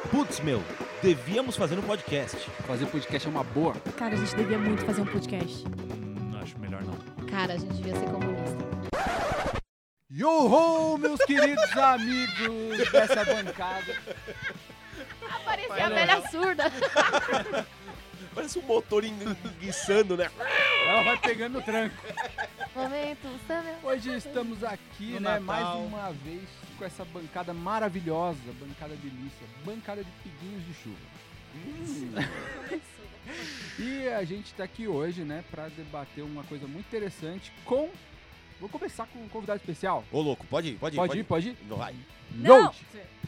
Putz, meu, devíamos fazer um podcast. Fazer podcast é uma boa. Cara, a gente devia muito fazer um podcast. Acho melhor não. Cara, a gente devia ser comunista. Yo-ho, meus queridos amigos dessa bancada. Apareceu a velha surda. Parece um motor enguiçando, né? Ela vai pegando no tranco. Momento, Samuel. Hoje estamos aqui, No né, Natal. mais uma vez com essa bancada maravilhosa, bancada delícia, bancada de piguinhos de chuva. E a gente tá aqui hoje, né, pra debater uma coisa muito interessante com... Vou começar com um convidado especial. Ô, louco, pode ir. Pode ir? Não vai. Não! Load.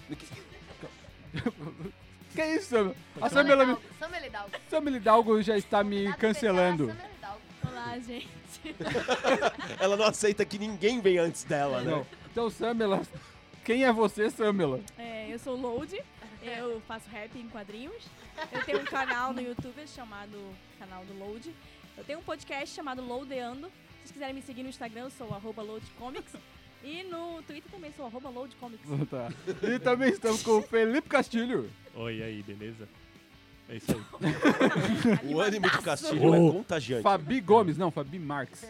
Que isso, Samuel? A Samuel Hidalgo já está me cancelando. Olá, gente. Ela não aceita que ninguém venha antes dela, né? Não. Então, Samela, quem é você, Samela? Eu sou Load, eu faço rap em quadrinhos. Eu tenho um canal no YouTube chamado Canal do Load. Eu tenho um podcast chamado Loadeando. Se vocês quiserem me seguir no Instagram, eu sou @LoadComics. E no Twitter também sou @LoadComics. Tá. E também estamos com o Felipe Castilho. Oi, e aí, beleza? É isso aí. O ânimo de Castilho é contagiante. Fabi Gomes, não, Fabi Marques.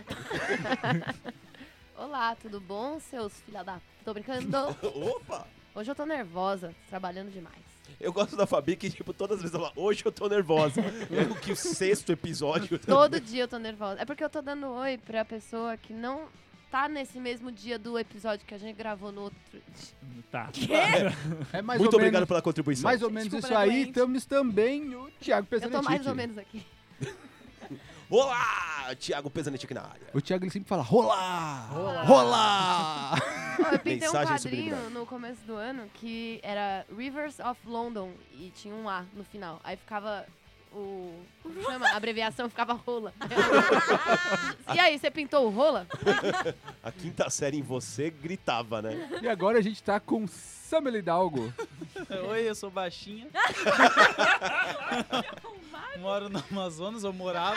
Olá, tudo bom, seus filha da... Tô brincando. Opa! Hoje eu tô nervosa, trabalhando demais. Eu gosto da Fabi que, tipo, todas as vezes ela fala, hoje eu tô nervosa. É o que o 6º episódio... Todo dia eu tô nervosa. É porque eu tô dando oi pra pessoa que não tá nesse mesmo dia do episódio que a gente gravou no outro... Tá. É mais Muito ou obrigado menos, pela contribuição. mais ou menos Desculpa, isso era aí. doente. Temos também o Thiago Eu tô Pesanetti. mais ou menos aqui. Olá! Thiago Pesanetti aqui na área. O Thiago ele sempre fala, rolar! Rolar! Eu pintei um Mensagem quadrinho subliminar. no começo do ano que era Rivers of London e tinha um A no final. Aí ficava o... Como chama? A abreviação ficava rola. E aí, você pintou o rola? A 5ª série em você gritava, né? E agora a gente tá com Samuel Hidalgo. Oi, eu sou baixinha. Moro no Amazonas, eu morava.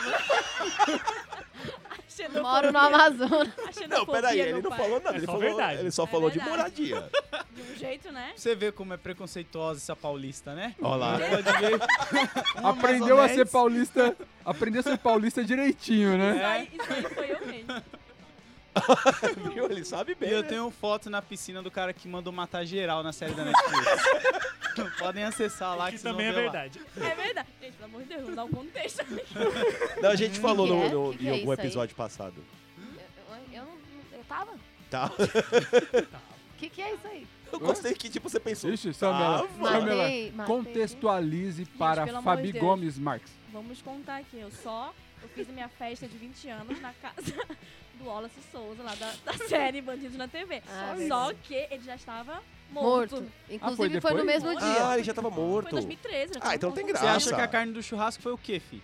Moro no Amazonas. Não, peraí, ele não falou nada. É Ele, só falou, verdade. ele só É falou de verdade. moradia. De um jeito, né? Você vê como é preconceituosa essa paulista, né? Olha lá. Pode ver. Um Aprendeu a ser amazonense. paulista. Aprendeu a ser paulista direitinho, né? Isso aí foi eu mesmo. Viu? Ele sabe E bem, eu né? tenho foto na piscina do cara que mandou matar geral na série da Netflix. Podem acessar lá que Que vocês também é vão ver lá. verdade. É verdade. Gente, pelo amor de Deus, vamos dar um contexto. Não, a gente falou Que é? no, Que em é algum isso aí? episódio passado. Eu tava? Tá? O que é isso aí? Eu gostei que, tipo, você pensou. Ixi, Samela. Tava. Samela, Matei. contextualize para pelo amor Fabi de Deus. Gomes Marques. Vamos contar aqui. Eu fiz a minha festa de 20 anos na casa do Wallace Souza, lá da série Bandidos na TV. Ah, Só que ele já estava morto. Morto. foi Inclusive foi no depois? mesmo dia. Ah, ele já tava Foi morto. em 2013. já Ah, tava então tem morto. Você acha Nossa. que a carne do churrasco foi o quê, fi?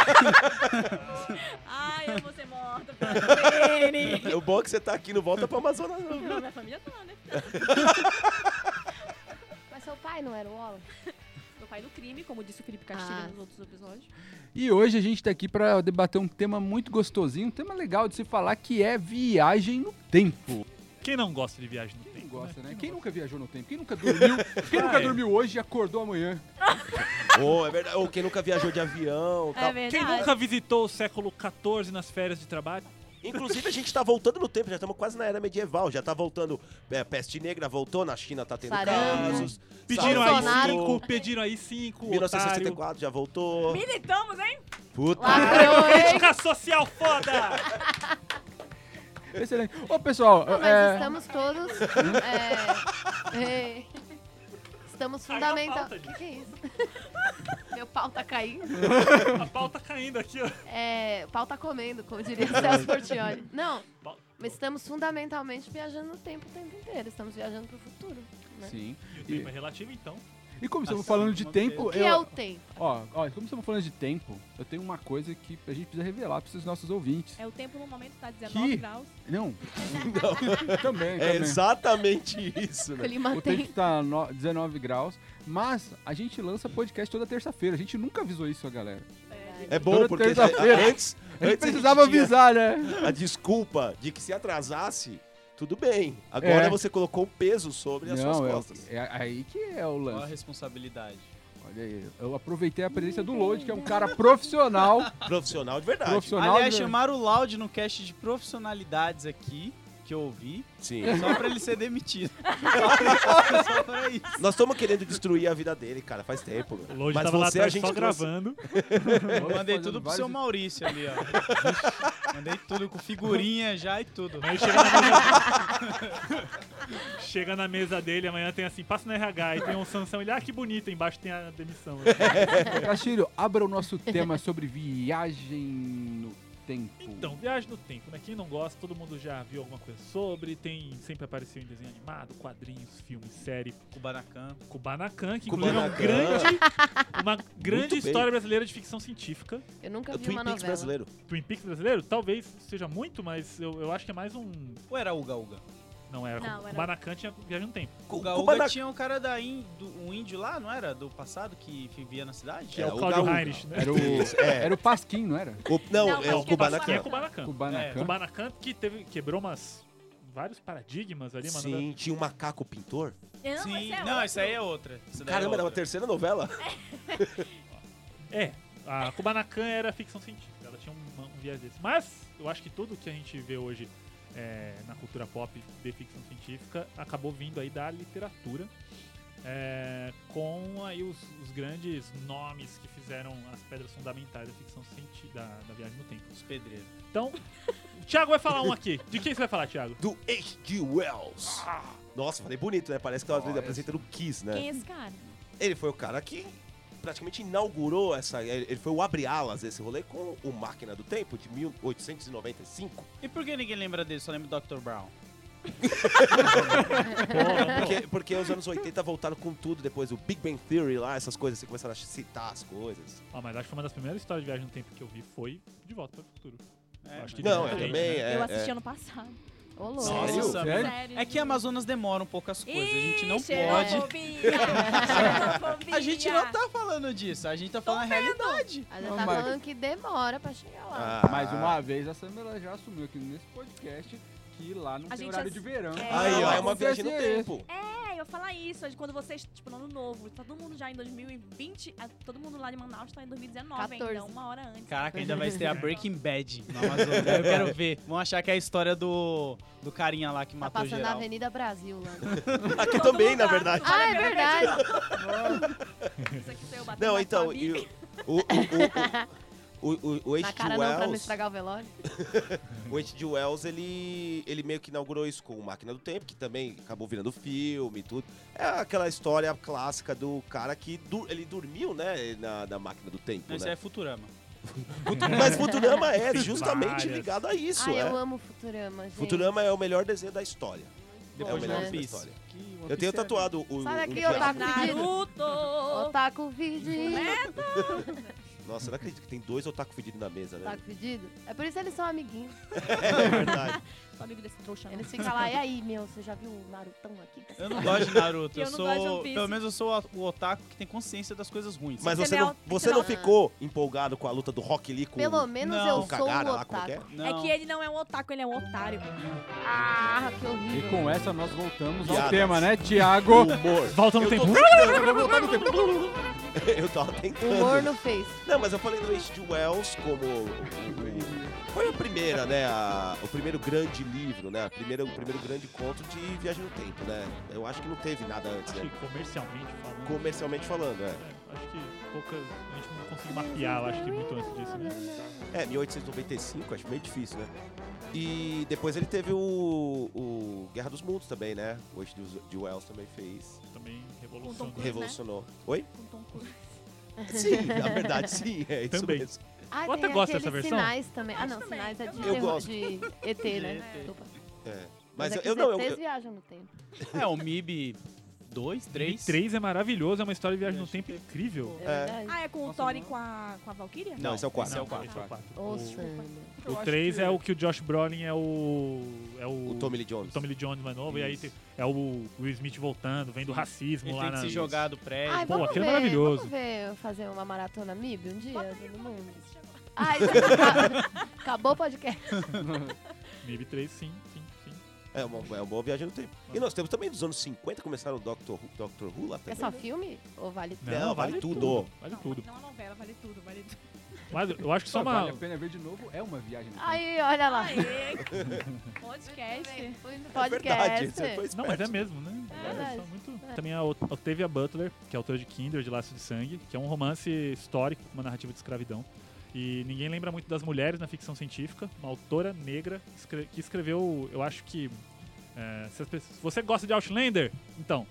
Ai, eu vou ser morta pela Dene. O bom é que você tá aqui, não volta pro Amazonas, não. Não, minha família tá, né? Mas seu pai não era o Wallace? Meu pai do crime, como disse o Felipe Castilho Ah. nos outros episódios. E hoje a gente tá aqui pra debater um tema muito gostosinho, um tema legal de se falar, que é viagem no tempo. Quem não gosta de viagem no Quem tempo? gosta, né? Quem Quem não nunca viajou no tempo? Quem nunca dormiu? Quem nunca dormiu hoje e acordou amanhã? Ô, é verdade. Ou quem nunca viajou de avião, É tal. verdade. Quem nunca visitou o século XIV nas férias de trabalho? Inclusive, a gente tá voltando no tempo, já estamos quase na era medieval. Já tá voltando, peste negra voltou, na China tá tendo Sarampo. casos. Pediram Bolsonaro. aí 5, pediram aí 5, otário. 1964 já voltou. Militamos, hein? Puta. Lacrou, hein? Crítica social foda! Excelente. Ô, pessoal, Não, mas estamos todos... Estamos Caiu a fundamental... pauta, O que é isso? Meu pau tá caindo. A pau tá caindo aqui, ó. O pau tá comendo, como diria Celso Portiolli. Não, Pau- mas estamos fundamentalmente viajando no tempo o tempo inteiro. Estamos viajando pro futuro. Né? sim. E o tempo é relativo, então. E como estamos Ação, falando de uma tempo, O que é o tempo? Ó, como estamos falando de tempo, eu tenho uma coisa que a gente precisa revelar para os nossos ouvintes. É o tempo no momento tá 19 Que? graus. Não. Também, É também. exatamente isso, né? Clima O tempo tempo. tá 19 graus, mas a gente lança podcast toda terça-feira. A gente nunca avisou isso a galera. É bom, Toda porque terça-feira. antes A gente antes precisava tinha avisar, né? a desculpa de que se atrasasse, tudo bem. Agora É. você colocou um peso sobre as suas Não, costas. é aí que é o Qual a lance. responsabilidade? Olha aí, eu aproveitei a presença do Load, que é um cara profissional. Profissional de verdade. Profissional. Aliás, de- chamaram o Loud no cast de profissionalidades aqui, que eu ouvi, Sim. só pra ele ser demitido. Só pra isso. Nós estamos querendo destruir a vida dele, cara, faz tempo. O Load Mas tava lá você a atrás gente só trouxe. gravando. Eu mandei Fazendo tudo pro vários- seu Maurício ali, ó. Mandei tudo com figurinha já e tudo. Aí chega na mesa dele, amanhã tem assim, passa no RH, e tem um Sansão, ele, que bonito, embaixo tem a demissão. Castilho, abra o nosso tema sobre viagem no tempo. Então, viagem no tempo, né? Quem não gosta, todo mundo já viu alguma coisa sobre, sempre apareceu em desenho animado, quadrinhos, filmes, série. Kubanacan. Kubanacan, que Kubanacan. inclusive é uma grande bem. história brasileira de ficção científica. Eu nunca É o vi Twin uma Peaks novela. brasileiro. Twin Peaks brasileiro, talvez seja muito, mas eu acho que é mais um... Ou era Uga Uga? Não, era. Não, era- Kubanacan tinha viagem no tempo. Uga Uga Kubanacan. tinha um cara um índio lá, não era? Do passado que vivia na cidade? Que é, É, o o Claudio Gaúga. Heinrich, né? Era o, É. era o Pasquim, não era? Não, Não, é o porque Pasquim é Kubanacan. Kubanacan. Kubanacan. Kubanacan que quebrou vários paradigmas ali, mano. Sim, tinha um macaco pintor. Não, Sim, esse é não, outro. essa aí é outra. Essa daí é Caramba, era uma outra. terceira novela. A Kubanacan era ficção científica, ela tinha um viés desse. Mas eu acho que tudo que a gente vê hoje na cultura pop de ficção científica acabou vindo aí da literatura, com aí os grandes nomes que fizeram as pedras fundamentais da ficção científica, da viagem no tempo. Os pedreiros. Então, o Thiago vai falar um aqui. De quem você vai falar, Thiago? Do H.G. Wells. Nossa, falei bonito, né? Parece que tava apresentando o Kiss, né? Quem é esse cara? Ele foi o cara que praticamente inaugurou ele foi o abre-alas desse rolê com o Máquina do Tempo de 1895. E por que ninguém lembra dele? Só lembra do Dr. Brown. Porque os anos 80 voltaram com tudo depois, o Big Bang Theory lá, essas coisas, assim, começaram a citar as coisas. Mas acho que uma das primeiras histórias de viagem no tempo que eu vi foi De Volta para o Futuro. É, Acho que Não, muita eu gente, também, né? Eu assisti ano passado. Ô, louco. Sério? Sério? Sério, É que juro. Amazonas demora um pouco as coisas. A gente não Ih, pode. xenofobia, xenofobia. A gente não tá falando disso, a gente tá falando a realidade. A gente Não, tá mas- falando que demora pra chegar lá. Mais uma vez, a Samela já assumiu aqui nesse podcast que lá não A tem gente horário de verão. É. Aí, ó, Lá é uma acontece viagem no isso. tempo. É, eu ia falar isso, de quando vocês, tipo, no ano novo, tá todo mundo já em 2020, todo mundo lá de Manaus tá em 2019 ainda, 14. uma hora antes. Caraca, ainda vai ter a Breaking Bad na Amazônia. Eu quero ver. Vão achar que é a história do carinha lá que Tá matou passando na geral. Avenida Brasil lá. Aqui Todo também, na lugar. verdade. Ah, é verdade. Isso aqui sou eu batendo Não, na então, família. e o Na H.G. cara não, pra não Wells, estragar o velório. o H.G. Wells, ele meio que inaugurou isso com o Máquina do Tempo, que também acabou virando filme e tudo. É aquela história clássica do cara que ele dormiu, né, na Máquina do Tempo, Não, isso né? é Futurama. Mas Futurama é Tem justamente várias. ligado a isso, Eu é. amo Futurama, gente. Futurama é o melhor desenho da história. Depois o de melhor One da Piece. história. Que One Eu Piece tenho é- tatuado o Sai daqui, diabo. otaku fedido. Naruto! Otaku fedido. Nossa, eu não acredito que tem 2 otaku fedidos na mesa, né? Otaku fedido? É por isso eles são amiguinhos. É verdade. Sou amigo desse trouxa, não. Eles ficam lá, e aí, meu, você já viu o Narutão aqui? Eu não gosto de Naruto. Eu Eu não sou. gosto de One Piece. Pelo menos eu sou o otaku que tem consciência das coisas ruins. Mas Você você não- não, você não não- ficou empolgado com a luta do Rock Lee com Pelo menos Não. eu o sou Kagara o lá, como que é? otaku. Não. É que ele não é um otaku, ele é um otário. Ah, que E horrível. com essa nós voltamos ao Piadas. tema, né, Thiago? Humor. Volta no Eu tempo. tô tentando. Eu tava tentando. Humor no Face. Não, mas eu falei do H.G. Wells como foi a primeira, né? O primeiro grande livro, né? O primeiro grande conto de viagem no tempo, né? Eu acho que não teve nada antes, Acho né? que comercialmente falando. Comercialmente falando, Acho que poucas. A gente não conseguiu mapear, eu acho que muito antes disso, né? 1895, acho meio difícil, né? E depois ele teve o Guerra dos Mundos também, né? O H.G. Wells também fez. Também Com revolução. Tom Cruise. Revolucionou. Oi? Com Tom Cruise. Sim, na verdade sim, é isso Também. mesmo. Ah, Eu tem até gosto aqueles dessa versão. Sinais também. Ah, não, Gosto também. Sinais é de, Eu gosto. de ET, né? ET. Desculpa. É. Mas Mas é que eu os não, ETs viajam no tempo. É, o MIB 2, 3. 3 é maravilhoso, é uma história de viagem no tempo incrível. É É. verdade. Ah, é com o Nossa, Thor e não. com a Valkyria? Não, esse é o 4. Esse é o Não, 4. esse é o 4. Ô, O- Sandra. Eu O acho 3 que- é o que o Josh Brolin é o O Tommy Lee Jones. Lee Jones mais novo, e aí é o Will Smith voltando, vendo o racismo Ele lá tem que na... se jogar do prédio. Ai, Pô, vamos aquilo é ver, maravilhoso. vamos ver eu fazer uma maratona MIB um dia, todo mundo. Chegou. Ai, acabou o podcast. MIB 3, sim. É uma boa viagem no tempo. E nós temos também dos anos 50, começaram o Doctor Who lá também. É só né? filme? Ou vale tudo? Não, vale tudo. Vale tudo. Não é novela, vale tudo, vale tudo. Mas eu acho que só Vale uma... a pena ver de novo, é uma viagem no tempo. Aí, olha lá. Aê, podcast. Verdade, Podcast. você foi esperto. Não, mas é mesmo, né? verdade. Só muito... Também a Octavia Butler, que é autora de Kindred, Laço de Sangue, que é um romance histórico, uma narrativa de escravidão. E ninguém lembra muito das mulheres na ficção científica. Uma autora negra que escreveu, eu acho que... se você gosta de Outlander, então,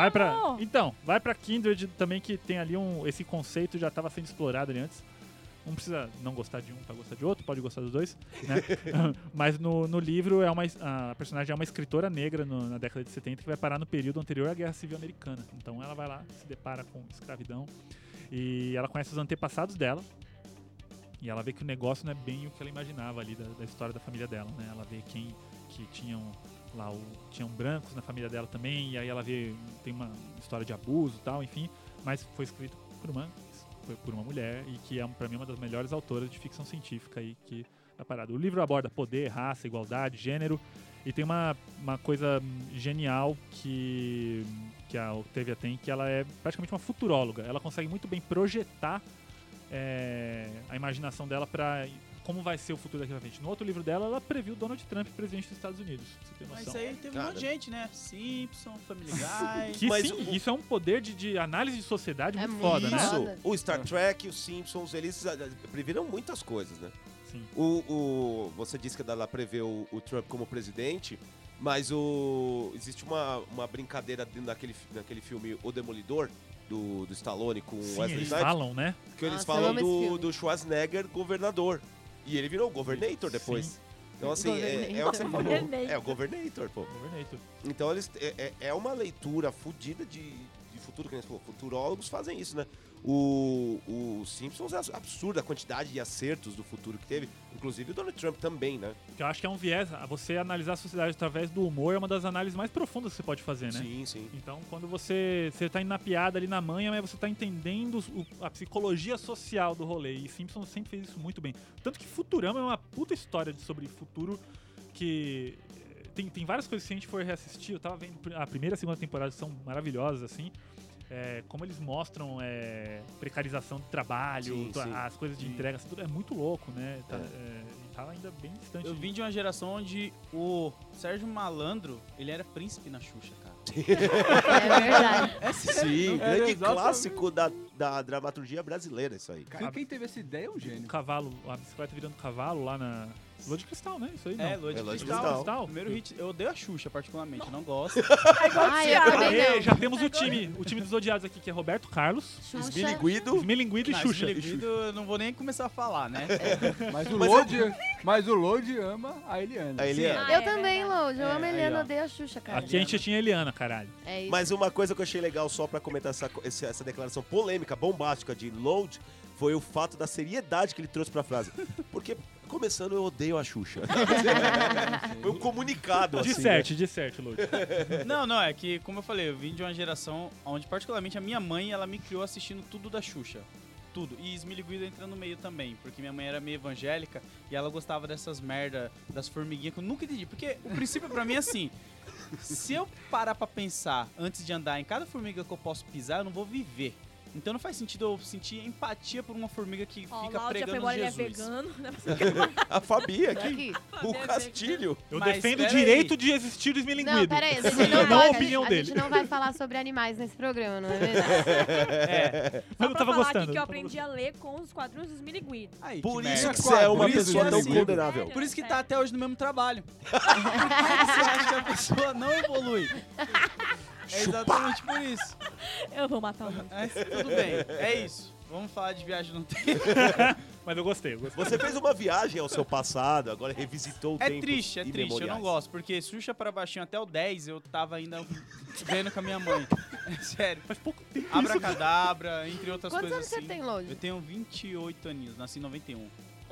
vai pra Kindred também, que tem ali esse conceito já estava sendo explorado ali antes. Não precisa não gostar de um pra gostar de outro, pode gostar dos dois, né? Mas no livro a personagem é uma escritora negra na década de 70 que vai parar no período anterior à Guerra Civil Americana. Então ela vai lá, se depara com escravidão e ela conhece os antepassados dela. E ela vê que o negócio não é bem o que ela imaginava ali da história da família dela, né? Ela vê que tinham brancos na família dela também, e aí ela vê, tem uma história de abuso e tal, enfim, mas foi escrito por uma mulher, e que é, pra mim, uma das melhores autoras de ficção científica aí que tá parada. O livro aborda poder, raça, igualdade, gênero, e tem uma coisa genial que a Octavia tem, que ela é praticamente uma futuróloga. Ela consegue muito bem projetar a imaginação dela para como vai ser o futuro daqui pra frente. No outro livro dela, ela previu Donald Trump presidente dos Estados Unidos. Você tem noção? Mas aí teve um monte de gente, né? Simpson, Family Guy. Mas isso é um poder de análise de sociedade É muito muito foda, né? foda. O Star Trek, os Simpsons, eles previram muitas coisas, né? Sim. Você disse que ela preveu o Trump como presidente, mas existe uma brincadeira naquele filme O Demolidor, do Stallone com Sim, Wesley eles Snipes, falam, né? que eles Nossa, eu falam amo esse filme. do Schwarzenegger governador. E ele virou governator depois. Sim. Então, assim, é o que você falou. Governator. É o governator, pô. Governator. Então, é uma leitura fodida de futuro, que a gente falou. Futurólogos fazem isso, né? O Simpsons é absurda a quantidade de acertos do futuro que teve. Inclusive o Donald Trump também, né? Que eu acho que é um viés. Você analisar a sociedade através do humor é uma das análises mais profundas que você pode fazer, né? Sim, sim. Então, quando você tá indo na piada ali na manha, mas você tá entendendo a psicologia social do rolê. E Simpsons sempre fez isso muito bem. Tanto que Futurama é uma puta história sobre futuro que... Tem várias coisas que, se a gente for reassistir, eu tava vendo a primeira e a segunda temporada, são maravilhosas, assim. Como eles mostram precarização do trabalho, Sim, sim. as coisas de entrega, assim, tudo é muito louco, né? Tá ainda bem distante. Eu vim de uma geração onde o Sérgio Malandro, ele era príncipe na Xuxa, cara. É verdade. Sim, É, grande exatamente. clássico da dramaturgia brasileira, isso aí. Cara, quem teve essa ideia é um gênio. O cavalo, a bicicleta virando cavalo lá na... Lua de Cristal, né? Isso aí, não. Lua de Lua de Cristal. Cristal. Primeiro hit, eu odeio a Xuxa, particularmente, eu não gosto. Ai, eu também Aê, não. já temos o time dos odiados aqui, que é Roberto Carlos, Xuxa. Esmilinguido. Smilinguido e Não, Xuxa. esse Libido, eu não vou nem começar a falar, né? Mas o Load ama a Eliana. A Eliana. Eu é também, verdade. Load. Eu amo a aí, Eliana, ó. odeio a Xuxa, cara. Aqui a gente tinha Eliana, caralho. É isso. Mas uma coisa que eu achei legal, só pra comentar essa declaração polêmica, bombástica de Load, foi o fato da seriedade que ele trouxe pra frase. Porque, começando, eu odeio a Xuxa. Foi um comunicado, assim. Disserte, Lud. Não, é que, como eu falei, eu vim de uma geração onde, particularmente, a minha mãe, ela me criou assistindo tudo da Xuxa. Tudo. E Esmilinguido entra no meio também, porque minha mãe era meio evangélica e ela gostava dessas merda, das formiguinhas, que eu nunca entendi. Porque o princípio pra mim é assim, se eu parar pra pensar antes de andar em cada formiga que eu posso pisar, eu não vou viver. Então não faz sentido eu sentir empatia por uma formiga que Ó, o fica Laud já foi pregando embora, ele é Jesus. vegano. Né? A Fabi aqui, Aqui. o Castilho. Eu Mas, defendo o pera direito aí. de existir o Não, Smilinguido. peraí, a gente não Não a pode. opinião A dele. gente não vai falar sobre animais nesse programa, não é verdade? Mas Só eu pra tava falar gostando. aqui que eu eu tava aprendi a ler com os quadrinhos dos Milinguido. Aí, Por que isso merda. que você é uma Por isso pessoa que tão assim, condenável. Por isso que tá até hoje no mesmo trabalho. Por que você acha que a pessoa não evolui? É exatamente por isso. Eu vou matar o mundo. Mas tudo bem, é isso. Vamos falar de viagem no tempo. Mas eu gostei. Você fez uma viagem ao seu passado, agora revisitou o É tempo. triste, eu não gosto. Porque Xuxa para baixinho até o 10 eu tava ainda vendo com a minha mãe. É sério. Faz pouco tempo. Abracadabra, entre outras Quantos coisas anos você assim. tem, Load? Eu tenho 28 aninhos, nasci em 91.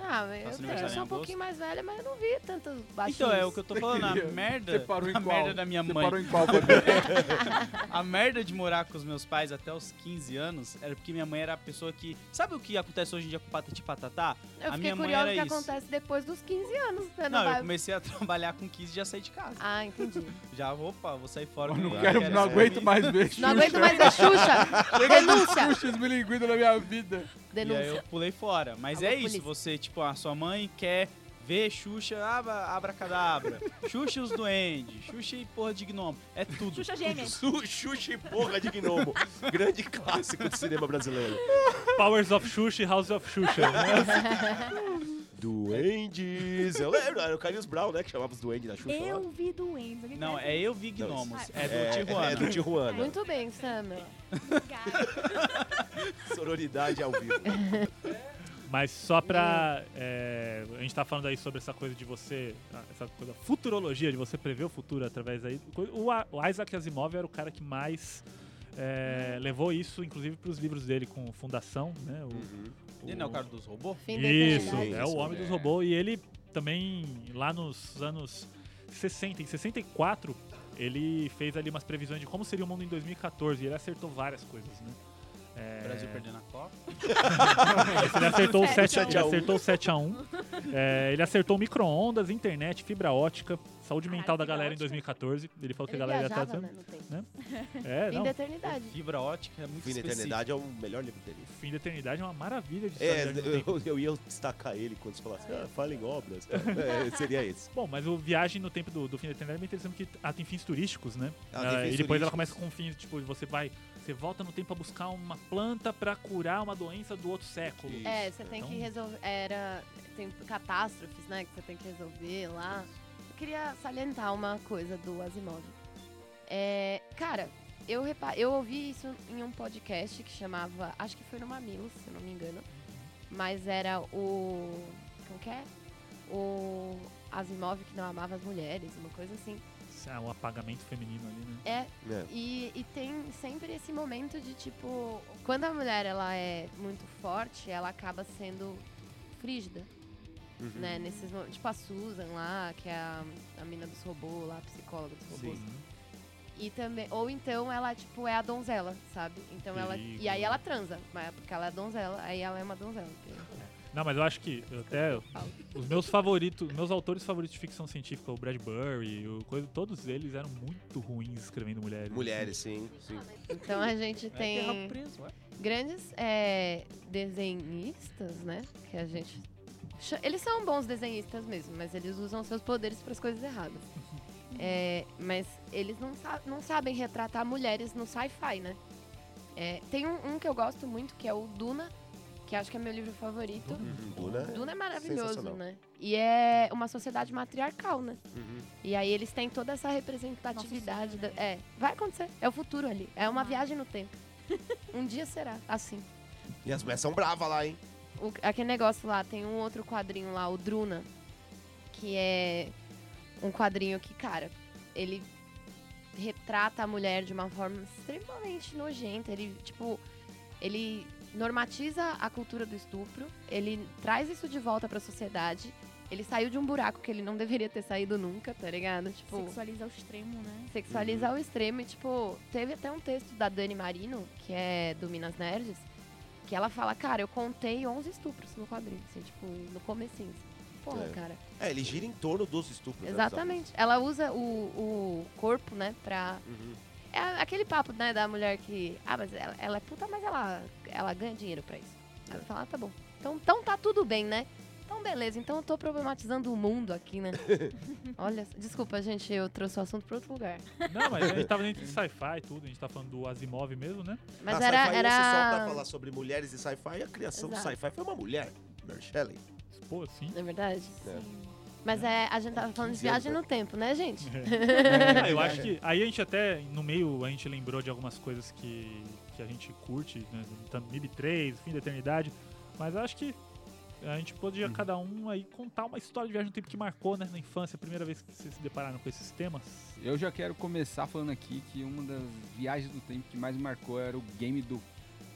Ah, Faço eu aniversário sou em um pouquinho agosto. mais velha, mas eu não vi tantos baixinhos. Então, é o que eu tô falando, a merda, Você parou em a qual? merda da minha Você mãe. parou em qual, Fabi? A merda de morar com os meus pais até os 15 anos era porque minha mãe era a pessoa que... Sabe o que acontece hoje em dia com patati patatá? Eu a fiquei minha mãe curiosa o era que isso. acontece depois dos 15 anos. Você Não, vai... eu comecei a trabalhar com 15 e já saí de casa. Ah, entendi. Já, opa, vou sair fora. Eu que não, eu quero, quero não sair. aguento mais ver Xuxa. Não aguento mais ver Xuxa. Denúncia. Xuxa esmilinguindo na minha vida. E aí Denúncia. eu pulei fora. Mas Alô, é isso, polícia. você, tipo, a sua mãe quer ver Xuxa, abracadabra, Xuxa e os duendes, Xuxa e porra de gnomo. É tudo. Xuxa gêmea. Xuxa e porra de gnomo. Grande clássico do cinema brasileiro. Powers of Xuxa e House of Xuxa. Duendes. Eu lembro, era o Carlinhos Brown, né? Que chamava os duendes da Xuxa lá. Eu vi doentes. Alguém Não, conhece? é Eu Vi Gnomos. Não, É do Tijuana. É do Tijuana. Muito bem, Samia. Obrigada. Sororidade ao vivo. Mas só pra... a gente tá falando aí sobre essa coisa de você... Essa coisa, futurologia, de você prever o futuro através aí... O Isaac Asimov era o cara que mais levou isso, inclusive, pros livros dele com Fundação, né? Ele não é o cara dos robôs? Fim da Isso, eternidade. é o Homem dos Robôs. E ele também, lá nos anos 60, em 64, ele fez ali umas previsões de como seria o mundo em 2014. E ele acertou várias coisas, né? O Brasil perdendo a Copa. Ele acertou o 7 a 1. 7x1. Ele acertou micro-ondas, internet, fibra ótica, saúde Caralho, mental da fibra galera em ótica. 2014. Ele falou que Ele a galera ia viajava, estar... né, no tempo. Fim Fim da eternidade. Fibra ótica é muito Fim da específico. Eternidade é o melhor livro dele. Fim da eternidade é uma maravilha de É, história do tempo. eu ia destacar ele quando você falasse, fala em obras. Seria esse. Bom, mas o Viagem no Tempo do Fim da Eternidade é bem interessante porque ela tem fins turísticos, né? Ela tem fins e depois ela turísticos. começa com fins, tipo, você volta no tempo pra buscar uma planta pra curar uma doença do outro século. Isso. É, você tem Então- que resolver. Tem catástrofes, né? Que você tem que resolver lá. Eu queria salientar uma coisa do Asimov. Cara, eu ouvi isso em um podcast que chamava. Acho que foi no Mamilos, se eu não me engano. Mas era o. Como que é? O Asimov que não amava as mulheres, uma coisa assim. Um apagamento feminino ali, né? É. E tem sempre esse momento de, tipo, quando a mulher ela é muito forte, ela acaba sendo frígida, né? Nesses momentos, tipo a Susan lá, que é a mina dos robôs lá, a psicóloga dos robôs. E também, ou então ela, tipo, é a donzela, sabe? Então ela, Perigo. e aí ela transa, mas porque ela é donzela, aí ela é uma donzela. Não, mas eu acho que até os meus autores favoritos de ficção científica, o Bradbury, todos eles eram muito ruins escrevendo mulheres. Mulheres, sim. Então a gente tem Terra preso, grandes desenhistas, né? Que a gente... Eles são bons desenhistas mesmo, mas eles usam seus poderes para as coisas erradas. Mas eles não sabem retratar mulheres no sci-fi, né? Tem um que eu gosto muito, que é o Duna, que acho que é meu livro favorito. Duna é maravilhoso, sensacional. né? E é uma sociedade matriarcal, né? Uhum. E aí eles têm toda essa representatividade. Nossa Senhora. Vai acontecer. É o futuro ali. É uma viagem no tempo. Um dia será assim. E as mulheres são bravas lá, hein? Aquele negócio lá, tem um outro quadrinho lá, o Druna, que é um quadrinho que, cara, ele retrata a mulher de uma forma extremamente nojenta. Ele normatiza a cultura do estupro, ele traz isso de volta pra sociedade. Ele saiu de um buraco que ele não deveria ter saído nunca, tá ligado? Tipo, Sexualiza ao extremo, né? sexualiza ao extremo. E, tipo, teve até um texto da Dani Marino, que é do Minas Nerds, que ela fala, cara, eu contei 11 estupros no quadrinho, assim, tipo, no comecinho. Porra, cara. Ele gira em torno dos estupros. Exatamente. Ela usa o corpo, né, pra... É aquele papo, né, da mulher que... mas ela é puta, mas ela ganha dinheiro pra isso. Aí ela fala, tá bom. Então tá tudo bem, né? Então beleza, então eu tô problematizando o mundo aqui, né? Olha, desculpa, gente, eu trouxe o assunto pra outro lugar. Não, mas a gente tava dentro de sci-fi e tudo, a gente tá falando do Asimov mesmo, né? Mas Sci-fi, era... só pra falar sobre mulheres e sci-fi, a criação Exato. do sci-fi foi uma mulher, Mary Shelley. Pô, sim. Não é verdade? É. Mas a gente tava falando de 15 anos, viagem no tempo, né, gente? Eu acho que aí a gente até, no meio, a gente lembrou de algumas coisas que a gente curte, né? MIB 3, Fim da Eternidade, mas eu acho que a gente podia cada um aí contar uma história de viagem no tempo que marcou, né, na infância, a primeira vez que vocês se depararam com esses temas. Eu já quero começar falando aqui que uma das viagens do tempo que mais me marcou era o game do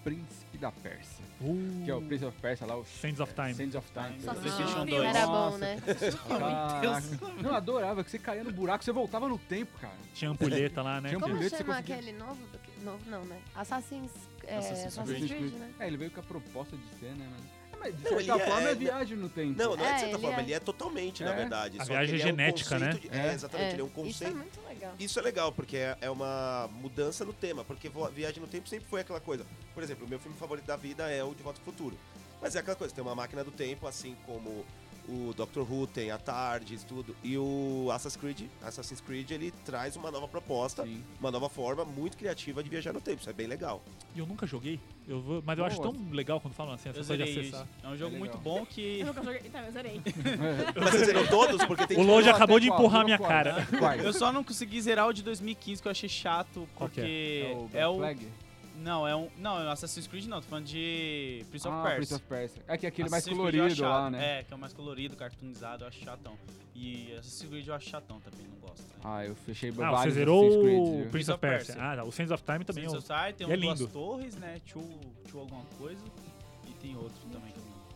Príncipe da Pérsia. Que é o Prince of Persia lá, o Sands of Time. Sands of Time. Só PlayStation assisti 2. Era Nossa, bom, né? Caraca. Não, eu adorava que você caía no buraco, você voltava no tempo, cara. Tinha ampulheta lá, né? Tinha Como ampulheta, você chama conseguia- aquele novo? Novo não, né? Assassin's Creed. Creed, né? É, ele veio com a proposta de ser, né? Mas de Não, certa ele forma é- é viagem no tempo. Não, não é de É, certa ele forma, é. ele é totalmente, na É. verdade. A Só viagem que ele genética, é um né? conceito de- exatamente, ele é um Isso é conceito. muito legal. Isso é legal, porque é uma mudança no tema, porque viagem no tempo sempre foi aquela coisa. Por exemplo, o meu filme favorito da vida é o De Volta ao Futuro. Mas é aquela coisa, tem uma máquina do tempo, assim como o Doctor Who tem a TARDIS, tudo. E o Assassin's Creed, ele traz uma nova proposta, Sim. uma nova forma muito criativa de viajar no tempo. Isso é bem legal. E eu nunca joguei, mas eu acho Boa. tão legal quando falam assim, essa Eu coisa de zerei acessar. isso. É um jogo É muito legal. bom que... Eu nunca joguei. Então, eu zerei. Mas vocês viram todos? Porque tem O Lodge Não, acabou tem de qual? empurrar Tem minha qual? cara. Quais? Eu só não consegui zerar o de 2015, que eu achei chato, Qual que porque É o Black Flag? Não, é o Assassin's Creed não, tô falando de Prince of Prince Persia. of Persia. É que aquele mais Assassin's Creed eu colorido acho lá, chato. né? É, que é o mais colorido, cartoonizado, eu acho chatão. E Assassin's Creed eu acho chatão também, não gosto. Né? Ah, eu fechei Ah, vários você zerou Assassin's Creed, o viu? Prince of Persia. Ah, tá. O Sands of Time também. Sands of Time, tem é duas lindo. torres, né? Two alguma coisa. E tem outro também que eu não...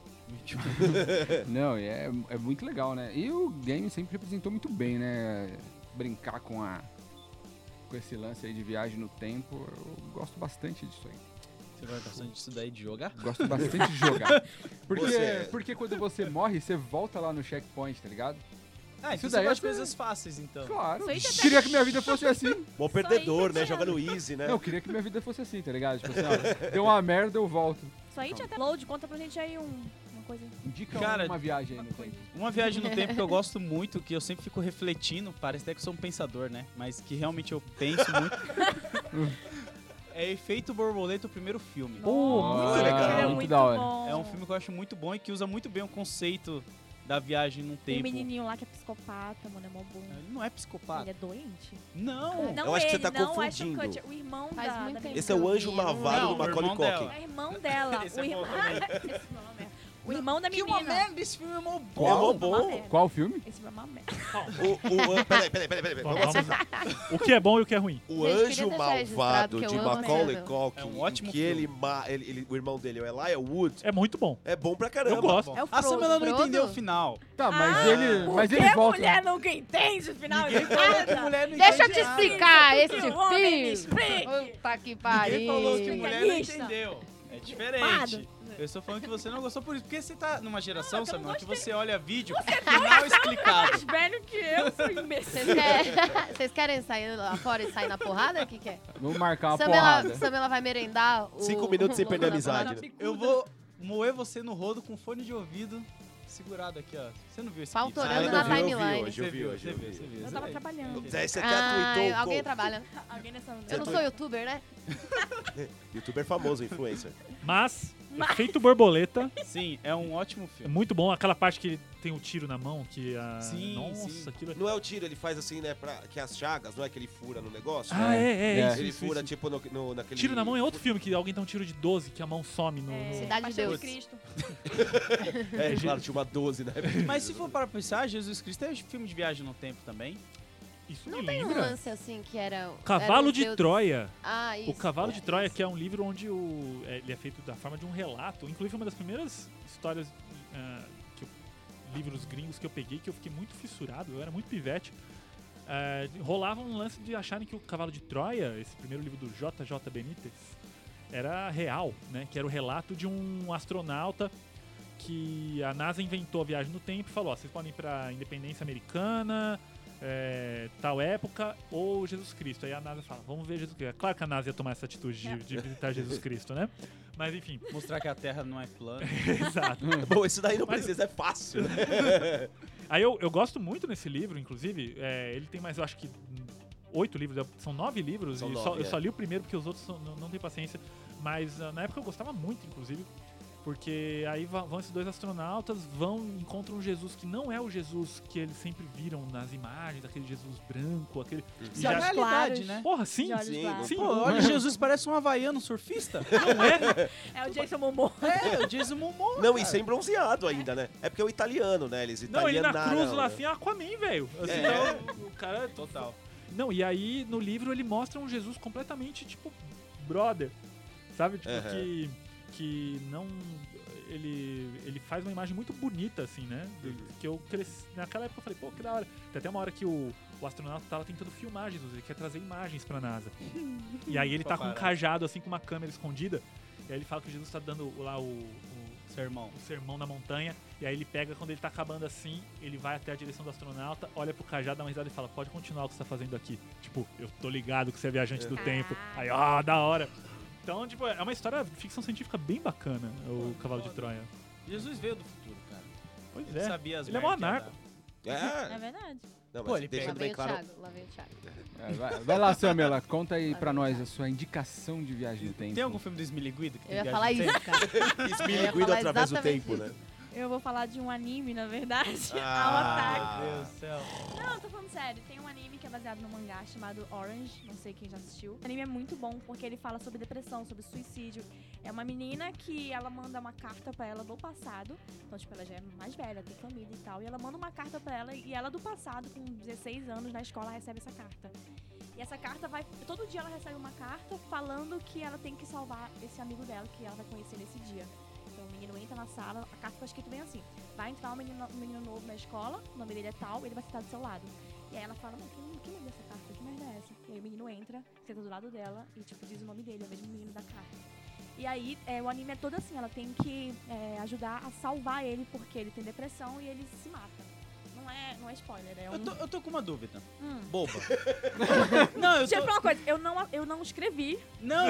Não, e é muito legal, né? E o game sempre representou muito bem, né? Brincar com esse lance aí de viagem no tempo, eu gosto bastante disso aí. Você vai bastante disso daí de jogar? Gosto bastante de jogar. Você- Porque quando você morre, você volta lá no checkpoint, tá ligado? Ah, Isso então daí você gosta de é- coisas fáceis, então. Claro. Isso aí já tá- Queria que minha vida fosse assim. Bom Só perdedor, aí, né? tá Joga no vendo? easy, né? Não, eu queria que minha vida fosse assim, tá ligado? Tipo assim, ó, deu uma merda, eu volto. Isso aí já tá. Load, conta pra gente aí uma coisa. Indica Cara, uma viagem aí no tempo. Uma viagem no tempo que eu gosto muito, que eu sempre fico refletindo, parece até que eu sou um pensador, né? Mas que realmente eu penso muito. É Efeito Borboleta, o primeiro filme. muito legal. É Muito da hora. bom. É um filme que eu acho muito bom e que usa muito bem o conceito da viagem no Tem tempo. um menininho lá que é psicopata, mano, é mó bom. Ele não é psicopata. Ele é doente? Não! Não Eu acho que você ele, tá não confundindo. Ashton Kutcher, o irmão Faz da muito da tempo. menina. Esse é o anjo Eu vi, malvado não, do o Macaulay irmão Culkin. dela. É irmão dela. Esse o é bom irmão... também. Esse filme é uma merda. O irmão da Que uma menina. merda, esse filme é mó bom. É mó Uma bom. merda. Qual filme? Esse filme é uma merda. Peraí. Vamos Vamos lá. O que é bom e o que é ruim. O Gente, anjo queria deixar malvado registrado que de eu amo Macaulay essa- Culkin, É um ótimo que filme. o irmão dele é o Elijah Wood, É muito bom. é bom pra caramba. Eu gosto. É o A Samela não Frodo. entendeu o final. Tá, mas Ah, ele Porque volta. mulher nunca entende o final de Ninguém falou que nada. mulher não Deixa eu entende te nada. explicar esse Que o homem me filme. explique. Puta que Ninguém pariu. falou que mulher não Pianista. entendeu. É diferente. Culpado. Eu estou falando que você não gostou por isso. Porque você tá numa geração, Não, eu não Samuel, que gostei. você olha vídeo final explicado. Mais velho que eu, sou imbecil. Vocês querem sair lá fora e sair na porrada? O que que é? Vamos marcar uma porrada. Samela vai merendar o... 5 minutos sem perder a o- amizade, né? Eu vou moer você no rodo com fone de ouvido segurado aqui, ó. Você não viu esse clipe? Pautorando eu na vi, eu vi timeline. hoje, eu vi hoje, eu vi. Você viu. Eu tava trabalhando. Zé, você até Ah, tweetou alguém com trabalha. Alguém nessa... Eu não sou youtuber, né? youtuber famoso, influencer. Mas, Efeito Borboleta Sim, é um ótimo é filme. muito bom. Aquela parte que ele tem o tiro na mão, que a... Sim, Nossa, sim. aquilo... Não é o tiro, ele faz assim, né, que as chagas, não é que ele fura no negócio? Ah, É. isso, Ele isso, fura, isso. tipo, naquele... Tiro na mão é outro filme, que alguém dá um tiro de 12, que a mão some no... É, Cidade de Paixão Deus. Cristo. É, claro, tinha uma 12, né? Mas se for para pensar, Jesus Cristo é filme de viagem no tempo também. Isso Não me tem um lembra. lance assim que era... Cavalo era de os deuses- Troia. Ah, isso. O Cavalo de é, Troia, isso. que é um livro onde ele é feito da forma de um relato. Inclusive, uma das primeiras histórias, livros gringos que eu peguei, que eu fiquei muito fissurado, eu era muito pivete. Rolava um lance de acharem que o Cavalo de Troia, esse primeiro livro do J.J. Benítez, era real, né? Que era o relato de um astronauta que a NASA inventou a viagem no tempo e falou, ó, vocês podem ir pra Independência Americana, tal época, ou Jesus Cristo. Aí a NASA fala, vamos ver Jesus Cristo. É claro que a NASA ia tomar essa atitude de visitar Jesus Cristo, né? Mas enfim, Mostrar que a Terra não é plana. exato. Bom, isso daí não Mas- precisa, é fácil, né? Aí eu gosto muito nesse livro, inclusive, ele tem mais, eu acho que 8 livros, são 9 livros, São e 9, eu só li o primeiro porque os outros não tem paciência, mas na época eu gostava muito, inclusive, porque aí vão esses dois astronautas, encontram um Jesus que não é o Jesus que eles sempre viram nas imagens, aquele Jesus branco, aquele... De Já- olhos realidade, claros. né? Porra, sim, De olhos sim, claros. sim. Pô, olha, Jesus parece um havaiano surfista. Não é? É o Jason Momoa. É, o Jason Momoa. Não, e cara. sem bronzeado ainda, né? É porque é o italiano, né? Eles Não, ele na italianaram, cruz lá né? assim, Aquaman, velho. Assim, É. então, o cara... Total. Não, e aí no livro ele mostra um Jesus completamente, tipo, brother. sabe? Tipo, que não... Ele faz uma imagem muito bonita, assim, né? Que eu cresci... Naquela época eu falei, pô, que da hora. Tem até uma hora que o astronauta tava tentando filmagens, ele quer trazer imagens pra NASA. E aí ele tá com um cajado, assim, com uma câmera escondida. E aí ele fala que Jesus tá dando lá o sermão na montanha. E aí ele pega, quando ele tá acabando assim, ele vai até a direção do astronauta, olha pro cajado, dá uma risada e fala, pode continuar o que você tá fazendo aqui. Tipo, eu tô ligado que você é viajante do tempo. Aí, da hora. Então, tipo, é uma história de ficção científica bem bacana, o Cavalo de Troia. Jesus veio do futuro, cara. Pois Ele é. sabia as Ele é merda mó anarco. É verdade. Não, Pô, mas ele deixando Lá bem vem o claro... Thiago, lá vem o Thiago. Vai lá, Samela, conta aí pra nós a sua indicação de viagem no tempo. Tem algum filme do Smiliguido que Eu tem ia viagem falar no tempo? isso, cara. Esmiliguido falar através do exatamente tempo, isso. né? Eu vou falar de um anime, na verdade. Ah. Meu Deus do céu. Não, eu tô falando sério. Tem um anime que é baseado no mangá chamado Orange. Não sei quem já assistiu. O anime é muito bom porque ele fala sobre depressão, sobre suicídio. É uma menina que ela manda uma carta pra ela do passado. Então, tipo, ela já é mais velha, tem família e tal. E ela manda uma carta pra ela e ela do passado, com 16 anos, na escola, recebe essa carta. E essa carta vai... Todo dia ela recebe uma carta falando que ela tem que salvar esse amigo dela que ela vai conhecer nesse dia. Então o menino entra na sala, a carta tá escrito bem assim: vai entrar um menino novo na escola, o nome dele é tal, ele vai sentar do seu lado. E aí ela fala, mas quem leu essa carta? Que merda é essa? E aí o menino entra, senta do lado dela e tipo diz o nome dele, é o mesmo menino da carta. E aí o anime é todo assim, ela tem que ajudar a salvar ele porque ele tem depressão e ele se mata. Não é spoiler, é um... Eu tô com uma dúvida. Boba. Não, Deixa eu falar uma coisa, eu não escrevi. Não.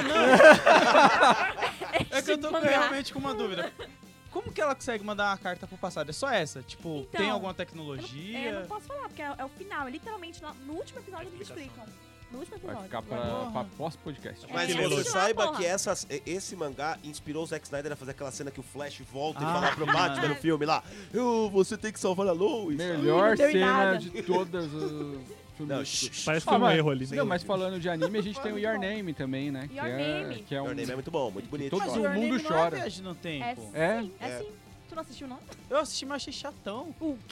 É que eu tô realmente com uma dúvida. Como que ela consegue mandar uma carta pro passado? É só essa? Tipo, Então, tem alguma Eu tecnologia? não posso falar, porque é o final. É literalmente, no último episódio eles explicam. No último Vai episódio. ficar pra pós-podcast. Mas É, você assiste lá, saiba porra. que esse mangá inspirou o Zack Snyder a fazer aquela cena que o Flash volta e Ah, fala pro Batman mano. no filme lá, você tem que salvar a Lois. Melhor Não deu em cena nada. de todas os filmes. Não, Parece que foi um mas- erro ali. Não, mas falando de anime, a gente tem o Muito Your bom. Name também, né? Your Name. Que é um... Your Name é muito bom, muito bonito. todo Mas Mas o Your mundo Name não chora. é viagem no É tempo. sim, É? é sim. Tu não assistiu, não? Eu assisti, mas achei chatão. O quê?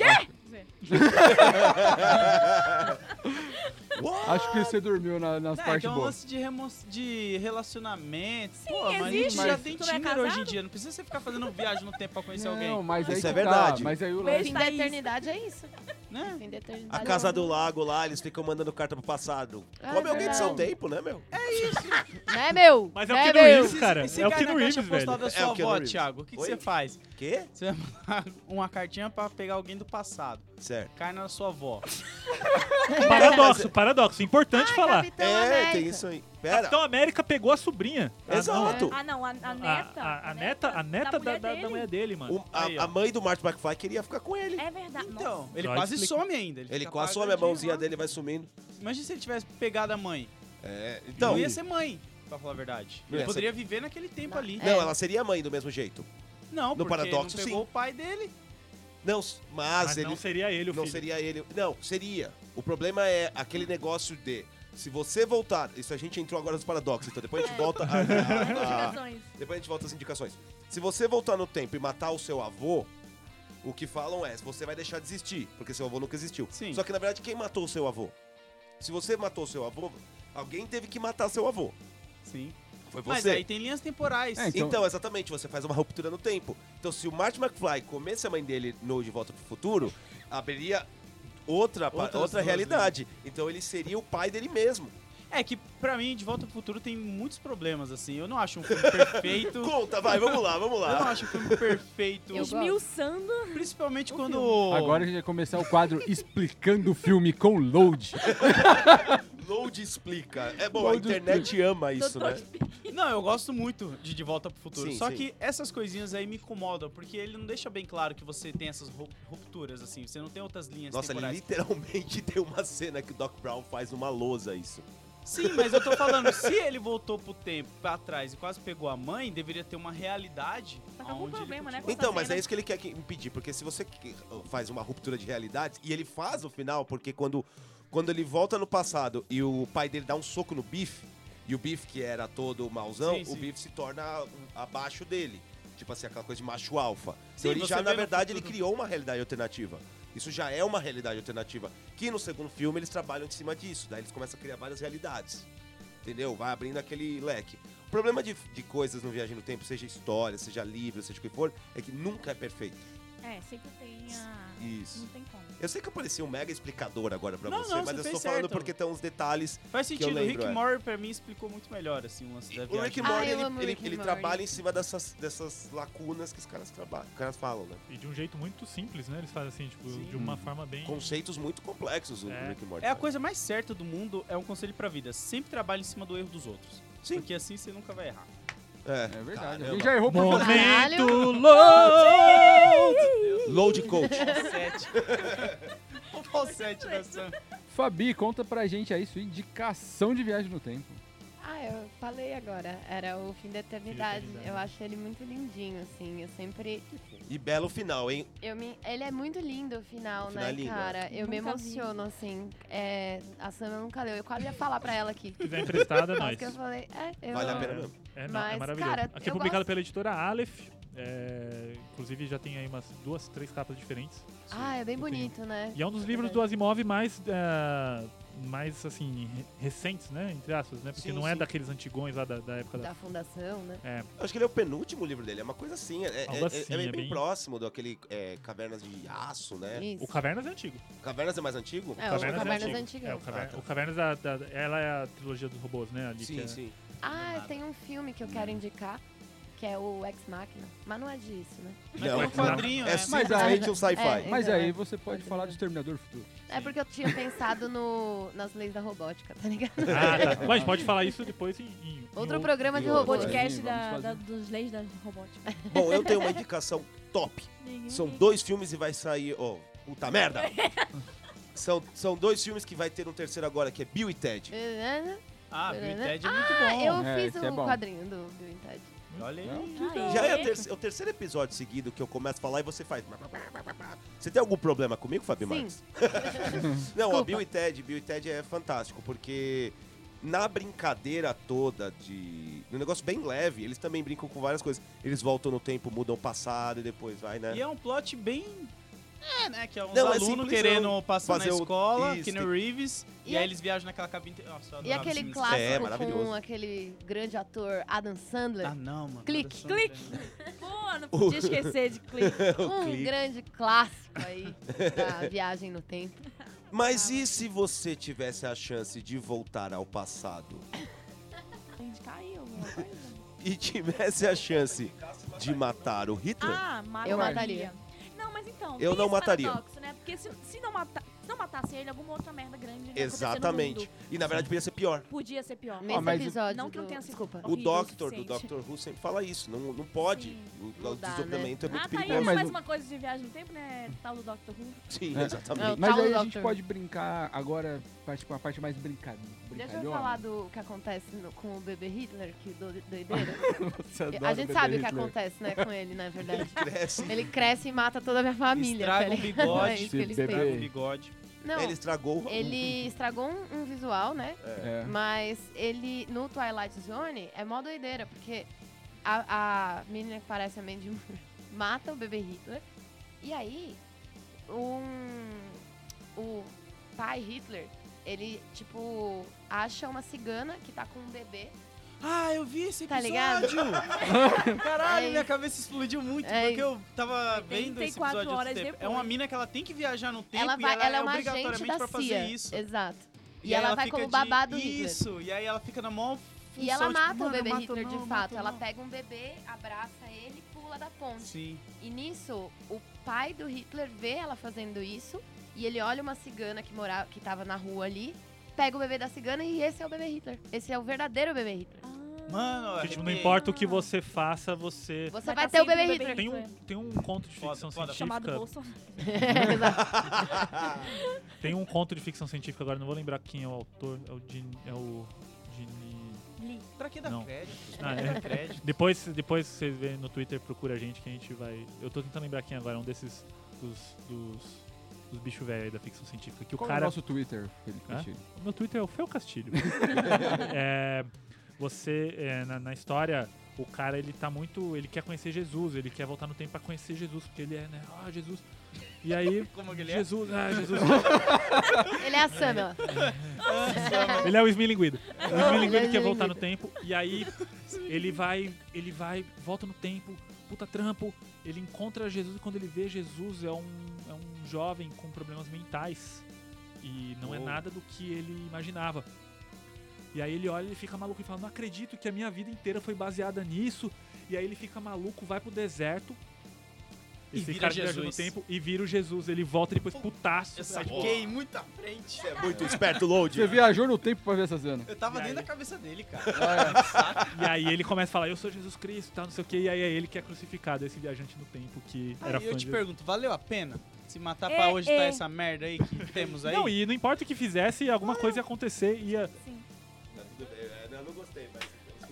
Acho que você dormiu nas É, partes que é um boas. lance de relacionamento. Sim, Pô, mas existe. já tem Tu não é Tinder hoje em casado? dia. Não precisa você ficar fazendo viagem no tempo pra conhecer alguém. Não, mas aí Isso que é tá, verdade. Mas aí o O lance... fim da Thaís. eternidade é isso. Né? O fim da eternidade. A Casa do Lago lá, eles ficam mandando carta pro passado. Ah, Come alguém do seu verdade. tempo, né, meu? Né, meu? Mas é o Né, Keanu meu? Reeves, cara. E se É o cair Keanu na Reeves, caixa postal velho. da É sua o Keanu avó, Reeves. Thiago, o que Oi? você faz? Quê? Você vai mandar uma cartinha pra pegar alguém do passado. Certo. Cai na sua avó. Paradoxo. Importante falar. Capitão É, América. tem isso aí. Pera. Capitão América pegou a sobrinha. Exato. Ah, não, a neta. A neta mulher da dele. mulher dele, mano. Aí, ó. A mãe do Martin McFly queria ficar com ele. É verdade. Então, Nossa. ele Só quase explica. some ainda. Ele fica quase some, a pagadinho mãozinha lá. dele vai sumindo. Imagina se ele tivesse pegado a mãe. Então, Não ia ser mãe, pra falar a verdade. Não Ele ia poderia viver naquele tempo Não. ali. É. não, ela seria mãe do mesmo jeito. Não, No porque paradoxo, não pegou sim. o pai dele. Não, Mas ele não seria ele o não filho. seria ele. Não, seria. O problema é aquele negócio de se você voltar, isso a gente entrou agora nos paradoxos, então depois a gente volta Indicações. depois a gente volta às indicações. Se você voltar no tempo e matar o seu avô, o que falam é, você vai deixar de existir, porque seu avô nunca existiu. Sim. Só que na verdade quem matou o seu avô? Se você matou o seu avô, alguém teve que matar seu avô. Sim. Foi Mas você. aí tem linhas temporais. É, Então, exatamente, você faz uma ruptura no tempo. Então, se o Marty McFly comesse a mãe dele no De Volta pro Futuro, abriria outra Outras duas realidade. Então, ele seria o pai dele mesmo. É que, pra mim, De Volta pro Futuro tem muitos problemas, assim. Eu não acho um filme perfeito. Conta, vai, vamos lá, vamos Eu não lá. acho um filme perfeito. Eu gosto. Esmiuçando. Principalmente quando... Agora a gente vai começar o quadro Explicando o Filme com Load. Load explica. É bom, Load a internet ama isso, né? Não, eu gosto muito de Volta pro Futuro. Sim, Só sim. que essas coisinhas aí me incomodam, porque ele não deixa bem claro que você tem essas rupturas, assim. Você não tem outras linhas Nossa, temporais. literalmente tem uma cena que o Doc Brown faz numa lousa isso. Sim, mas eu tô falando, se ele voltou pro tempo, pra trás e quase pegou a mãe, deveria ter uma realidade Tá com algum onde ele problema, né, continua. com Então, essa mas cena. é isso que ele quer impedir, porque se você faz uma ruptura de realidades, e ele faz no final, porque quando ele volta no passado e o pai dele dá um soco no Biff, e o Biff, que era todo mauzão, Sim, o sim. Biff se torna abaixo dele. Tipo assim, aquela coisa de macho alfa. Sim, Então ele você já, vê na no verdade, ele futuro. criou uma realidade alternativa. Isso já é uma realidade alternativa. Que no segundo filme eles trabalham em cima disso. Daí eles começam a criar várias realidades. Entendeu? Vai abrindo aquele leque. O problema de coisas no Viagem no Tempo, seja história, seja livro, seja o que for, é que nunca é perfeito. Sempre tem Isso. Não tem como. Eu sei que eu pareci um mega explicador agora pra Não, você, não, mas você eu fez estou falando certo. porque tem uns detalhes. Faz que eu sentido. O lembro, Rick é. Mori, pra mim, explicou muito melhor, assim, o lance da O viagem. Rick and Morty, eu amo Rick and ele Morty. trabalha em cima dessas lacunas que os caras falam, né? E de um jeito muito simples, né? Eles fazem assim, tipo, Sim. de uma forma bem... Conceitos muito complexos o É. Rick and Morty. É a faz. coisa mais certa do mundo, é um conselho pra vida. Sempre trabalhe em cima do erro dos outros. Sim. Porque assim você nunca vai errar. É É verdade. Caramba. Alguém já errou por Momento Caralho. load! Load coach. Falsete. O falsete da Sam. Fabi, conta pra gente aí sua indicação de viagem no tempo. Eu falei agora. Era o Fim da Eternidade. Eternidade. Eu acho ele muito lindinho, assim. Eu sempre... E belo final, hein? Ele é muito lindo o final, O final né, é lindo, cara? Eu me Nunca vi. emociono, assim. A Sam nunca leu. Eu quase ia falar pra ela aqui. Se quiser emprestada, Mas nós. que eu falei, eu Vale a amo. pena mesmo. É, Mas, é maravilhoso. cara, Aqui é eu publicado gosto- pela editora Aleph. Inclusive já tem aí umas 2, 3 capas diferentes. É bem Eu bonito, né? E é um dos livros do Asimov mais assim, recentes, né? Entre aspas, né? Porque Sim, não é sim. daqueles antigões lá da época Da fundação, né? Eu acho que ele é o penúltimo livro dele, é uma coisa assim. Algo assim, É bem, é bem- próximo daquele Cavernas de Aço, né? Isso. O Cavernas é antigo. Cavernas é mais antigo? o Cavernas é Cavernas antigo. Antigão. É, o Cavernas ela é a trilogia dos robôs, né? Ali, que Sim, é- sim. Tem um filme que eu quero indicar, que é o Ex Machina. Mas não é disso, né? Mas Não, tem um quadrinho, é né? simplesmente um sci-fi. É. Mas Então, aí é. você pode falar do Exterminador Futuro. É porque eu tinha pensado nas leis da robótica, tá ligado? Ah, tá. Bom, a gente pode falar isso depois em Outro programa de em robô. outro. Podcast Vamos fazer. dos leis da robótica. Bom, eu tenho uma indicação top. São 2 filmes e vai sair. Oh, puta merda! São 2 filmes que vai ter um terceiro agora, que é Bill e Ted. Ah, Bill e Ted é muito bom. Eu É, fiz esse é o bom. quadrinho do Bill e Ted. Olha aí. Já é o terceiro episódio seguido que eu começo a falar e você faz. Você tem algum problema comigo, Fabi Sim. Marques? Não, ó, Desculpa. Bill e Ted é fantástico, porque na brincadeira toda um negócio bem leve, eles também brincam com várias coisas. Eles voltam no tempo, mudam o passado e depois vai, né? E é um plot bem... né? Que é uns Não, é alunos simplesão. querendo passar Fazer na o- escola, isso, Keanu Reeves, e E aí a- eles viajam naquela cabine... Nossa, eu E adorava aquele esse filme. clássico maravilhoso. com aquele grande ator Adam Sandler. Ah, não, mano. Clique, Adam Sandler. Pô, não podia esquecer de clipe. O Um clipe. grande clássico aí da viagem no tempo. Mas e se você tivesse a chance de voltar ao passado Indicar aí alguma coisa? e tivesse a chance de matar o Hitler? Eu mataria. Não, mas então, Eu tem não esse mataria. paradoxo, né? Porque se não matasse ele, alguma outra merda grande ia acontecer no Exatamente. mundo. E na verdade podia ser pior. Podia ser pior. Nesse mas episódio não que não do... tenha sido Desculpa. O horrível o Doctor, do suficiente. Dr. Who sempre fala isso. Não pode. Sim. O Não dá, desdobramento é muito Tá aí perigoso. mas mais o- uma coisa de viagem no tempo, né? Tal do Doctor Who. Sim, É. exatamente. Mas Tal aí a Doctor. gente pode brincar agora com a parte mais brincalhona. Deixa eu falar do que acontece com o bebê Hitler, que doideira. Você adora A gente o sabe bebê o que Hitler. acontece, né, com ele, na verdade. Cresce. Ele cresce e mata toda a minha família. Estraga tá o ligado? bigode. É isso que ele Bebê. Traga o fez. bigode. Não, Ele estragou. ele estragou um visual, né? É. Mas ele, no Twilight Zone, é mó doideira, porque a menina que parece a Mandy Moore mata o bebê Hitler. E aí, o pai Hitler, ele, tipo, acha uma cigana que tá com um bebê. Ah, eu vi esse Tá episódio! ligado? Caralho, É minha isso. cabeça explodiu muito, É porque eu tava vendo esse 84 episódio horas outro tempo. É depois. uma mina que ela tem que viajar no tempo Ela, e vai, ela, ela é é uma agente obrigatoriamente da pra fazer CIA. isso. Exato. E aí ela vai fica como de- babado Hitler. Isso, e aí ela fica na mão E ela mata tipo, o bebê mano, Hitler não, de mata fato. não. Ela pega um bebê, abraça ele e pula da ponte. Sim. E nisso, o pai do Hitler vê ela fazendo isso e ele olha uma cigana que tava na rua ali, pega o bebê da cigana e esse é o bebê Hitler. Esse é o verdadeiro bebê Hitler. Mano, Que, tipo, não arrepiei. importa o que você faça, você... Você Vai vai tá ter o sempre bebê o bebê Hitler. Tem um conto de Foda, ficção foda. Chamado científica. Bolsonaro. Exato. Tem um conto de ficção científica, agora não vou lembrar quem é o autor. É o Gini. Li. Pra que dar Não. crédito? Ah, Pra que é. dar crédito? Depois vocês vêem no Twitter, procura a gente que a gente vai. Eu tô tentando lembrar quem agora, é um desses. Dos bichos velhos aí da ficção científica. Que o Qual é o cara. nosso Twitter, Felipe Hã? Castilho? O meu Twitter é o Fel Castilho. Na história, o cara ele tá muito. Ele quer conhecer Jesus, ele quer voltar no tempo pra conhecer Jesus, porque ele é, né? Ah, Jesus. E aí. Como que ele é? Jesus, Jesus. Ele é a Sama. Ele é o Smilinguido. O Smilinguido Ele é quer o voltar no Smilinguido. tempo. E aí Ele vai, volta no tempo, puta trampo, ele encontra Jesus e quando ele vê Jesus é um jovem com problemas mentais e não é nada do que ele imaginava. E aí ele olha e fica maluco e fala, não acredito que a minha vida inteira foi baseada nisso. E aí ele fica maluco, vai pro deserto. E Esse vira cara viaja no Jesus. tempo e vira o Jesus. Ele volta depois putaço. Eu saquei muito à frente. É muito esperto, Load. Você viajou no tempo pra ver essa cena. Eu tava E dentro aí? da cabeça dele, cara. E aí ele começa a falar, eu sou Jesus Cristo, tal, não sei o que. E aí é ele que é crucificado, esse viajante no tempo que era Aí fã eu de te Jesus. pergunto, valeu a pena? Se matar pra hoje tá essa merda aí que temos aí? Não, e não importa o que fizesse, alguma coisa ia acontecer, ia... Sim. Eu não gostei, mas...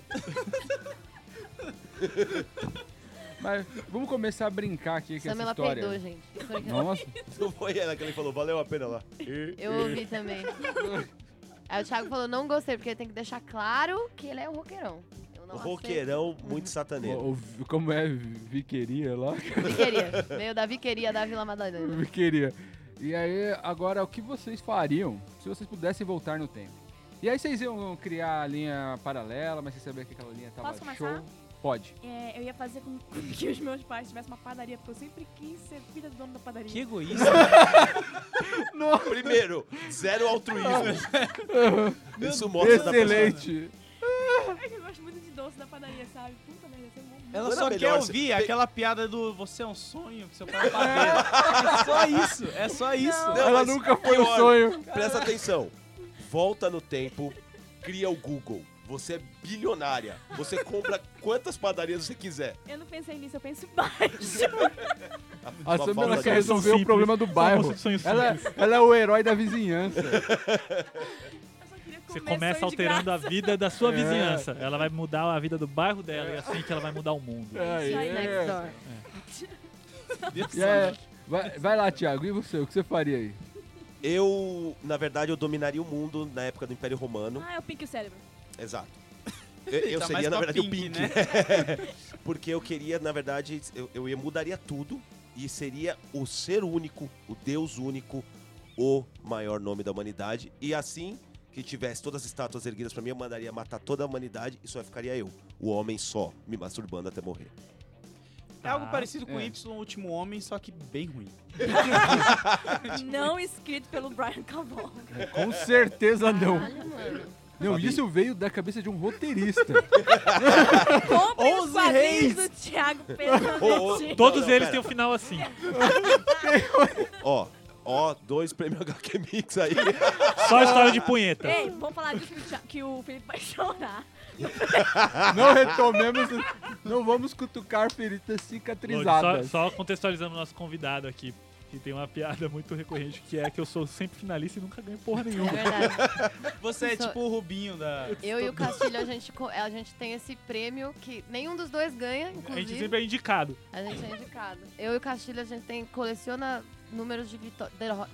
Mas vamos começar a brincar aqui com essa Samela história. peidou, gente. Nossa. Não foi ela que ele falou, valeu a pena lá. Eu ouvi também. Aí o Thiago falou, não gostei, porque tem que deixar claro que ele é um roqueirão. Eu não Roqueirão muito sataneiro. Como é Viqueria lá? aceito. Viqueria. Meio da Viqueria da Vila Madalena. Viqueria. E aí, agora, o que vocês fariam se vocês pudessem voltar no tempo? E aí vocês iam criar a linha paralela, mas você sabia que aquela linha tava Posso começar? show? Pode. Eu ia fazer com que os meus pais tivessem uma padaria, porque eu sempre quis ser filha do dono da padaria. Que egoísta. Primeiro, zero altruísmo. Isso mostra da pessoa. Excelente. É que eu gosto muito de doce da padaria, sabe? Puta merda, você é bom. Ela Não era só quer melhor ouvir você- aquela piada do você é um sonho, que seu pai é padeiro. É só isso, é só isso. Não, Ela mas nunca foi um pior. sonho. Presta atenção. Volta no tempo, cria o Google. Você é bilionária. Você compra quantas padarias você quiser. Eu não pensei nisso, eu penso baixo. A Sua Samela falta quer de- resolver o simples. problema do Só bairro. moça de sonhos Ela, simples. ela é o herói da vizinhança. Eu só queria Você comer começa sonho de alterando a graça. vida da sua É. vizinhança. Ela vai mudar a vida do bairro dela e assim que ela vai mudar o mundo. Isso aí, Next door. E aí, vai lá, Thiago. E você? O que você faria aí? Eu, na verdade, eu dominaria o mundo na época do Império Romano. Ah, eu pique o cérebro. Exato. Eu Tá seria, mais na pra verdade, o Pink, Pink. né? Porque eu queria, na verdade, eu mudaria tudo e seria o ser único, o Deus único, o maior nome da humanidade. E assim que tivesse todas as estátuas erguidas pra mim, eu mandaria matar toda a humanidade e só ficaria eu, o homem só, me masturbando até morrer. É algo parecido com É. Y, o último homem, só que bem ruim. Não escrito pelo Brian Calvon. Com certeza não. Caralho, mano. Não, Fabi. isso veio da cabeça de um roteirista. Compre os 11 quadrinhos reis. do Thiago Pedro. Todos Não, eles pera. têm um final assim. Ó, 2 prêmios HQ Mix aí. Só história de punheta. Ei, vamos falar disso que o Felipe vai chorar. Não retomemos, não vamos cutucar feridas Lodi, cicatrizadas. Só contextualizando o nosso convidado aqui, que tem uma piada muito recorrente, que é que eu sou sempre finalista e nunca ganho porra É nenhuma. verdade. Você é Só- tipo o Rubinho da... Eu e o Castilho, a gente tem esse prêmio que nenhum dos dois ganha, A gente inclusive. sempre é indicado. A gente é indicado. Eu e o Castilho, a gente coleciona números de derrota.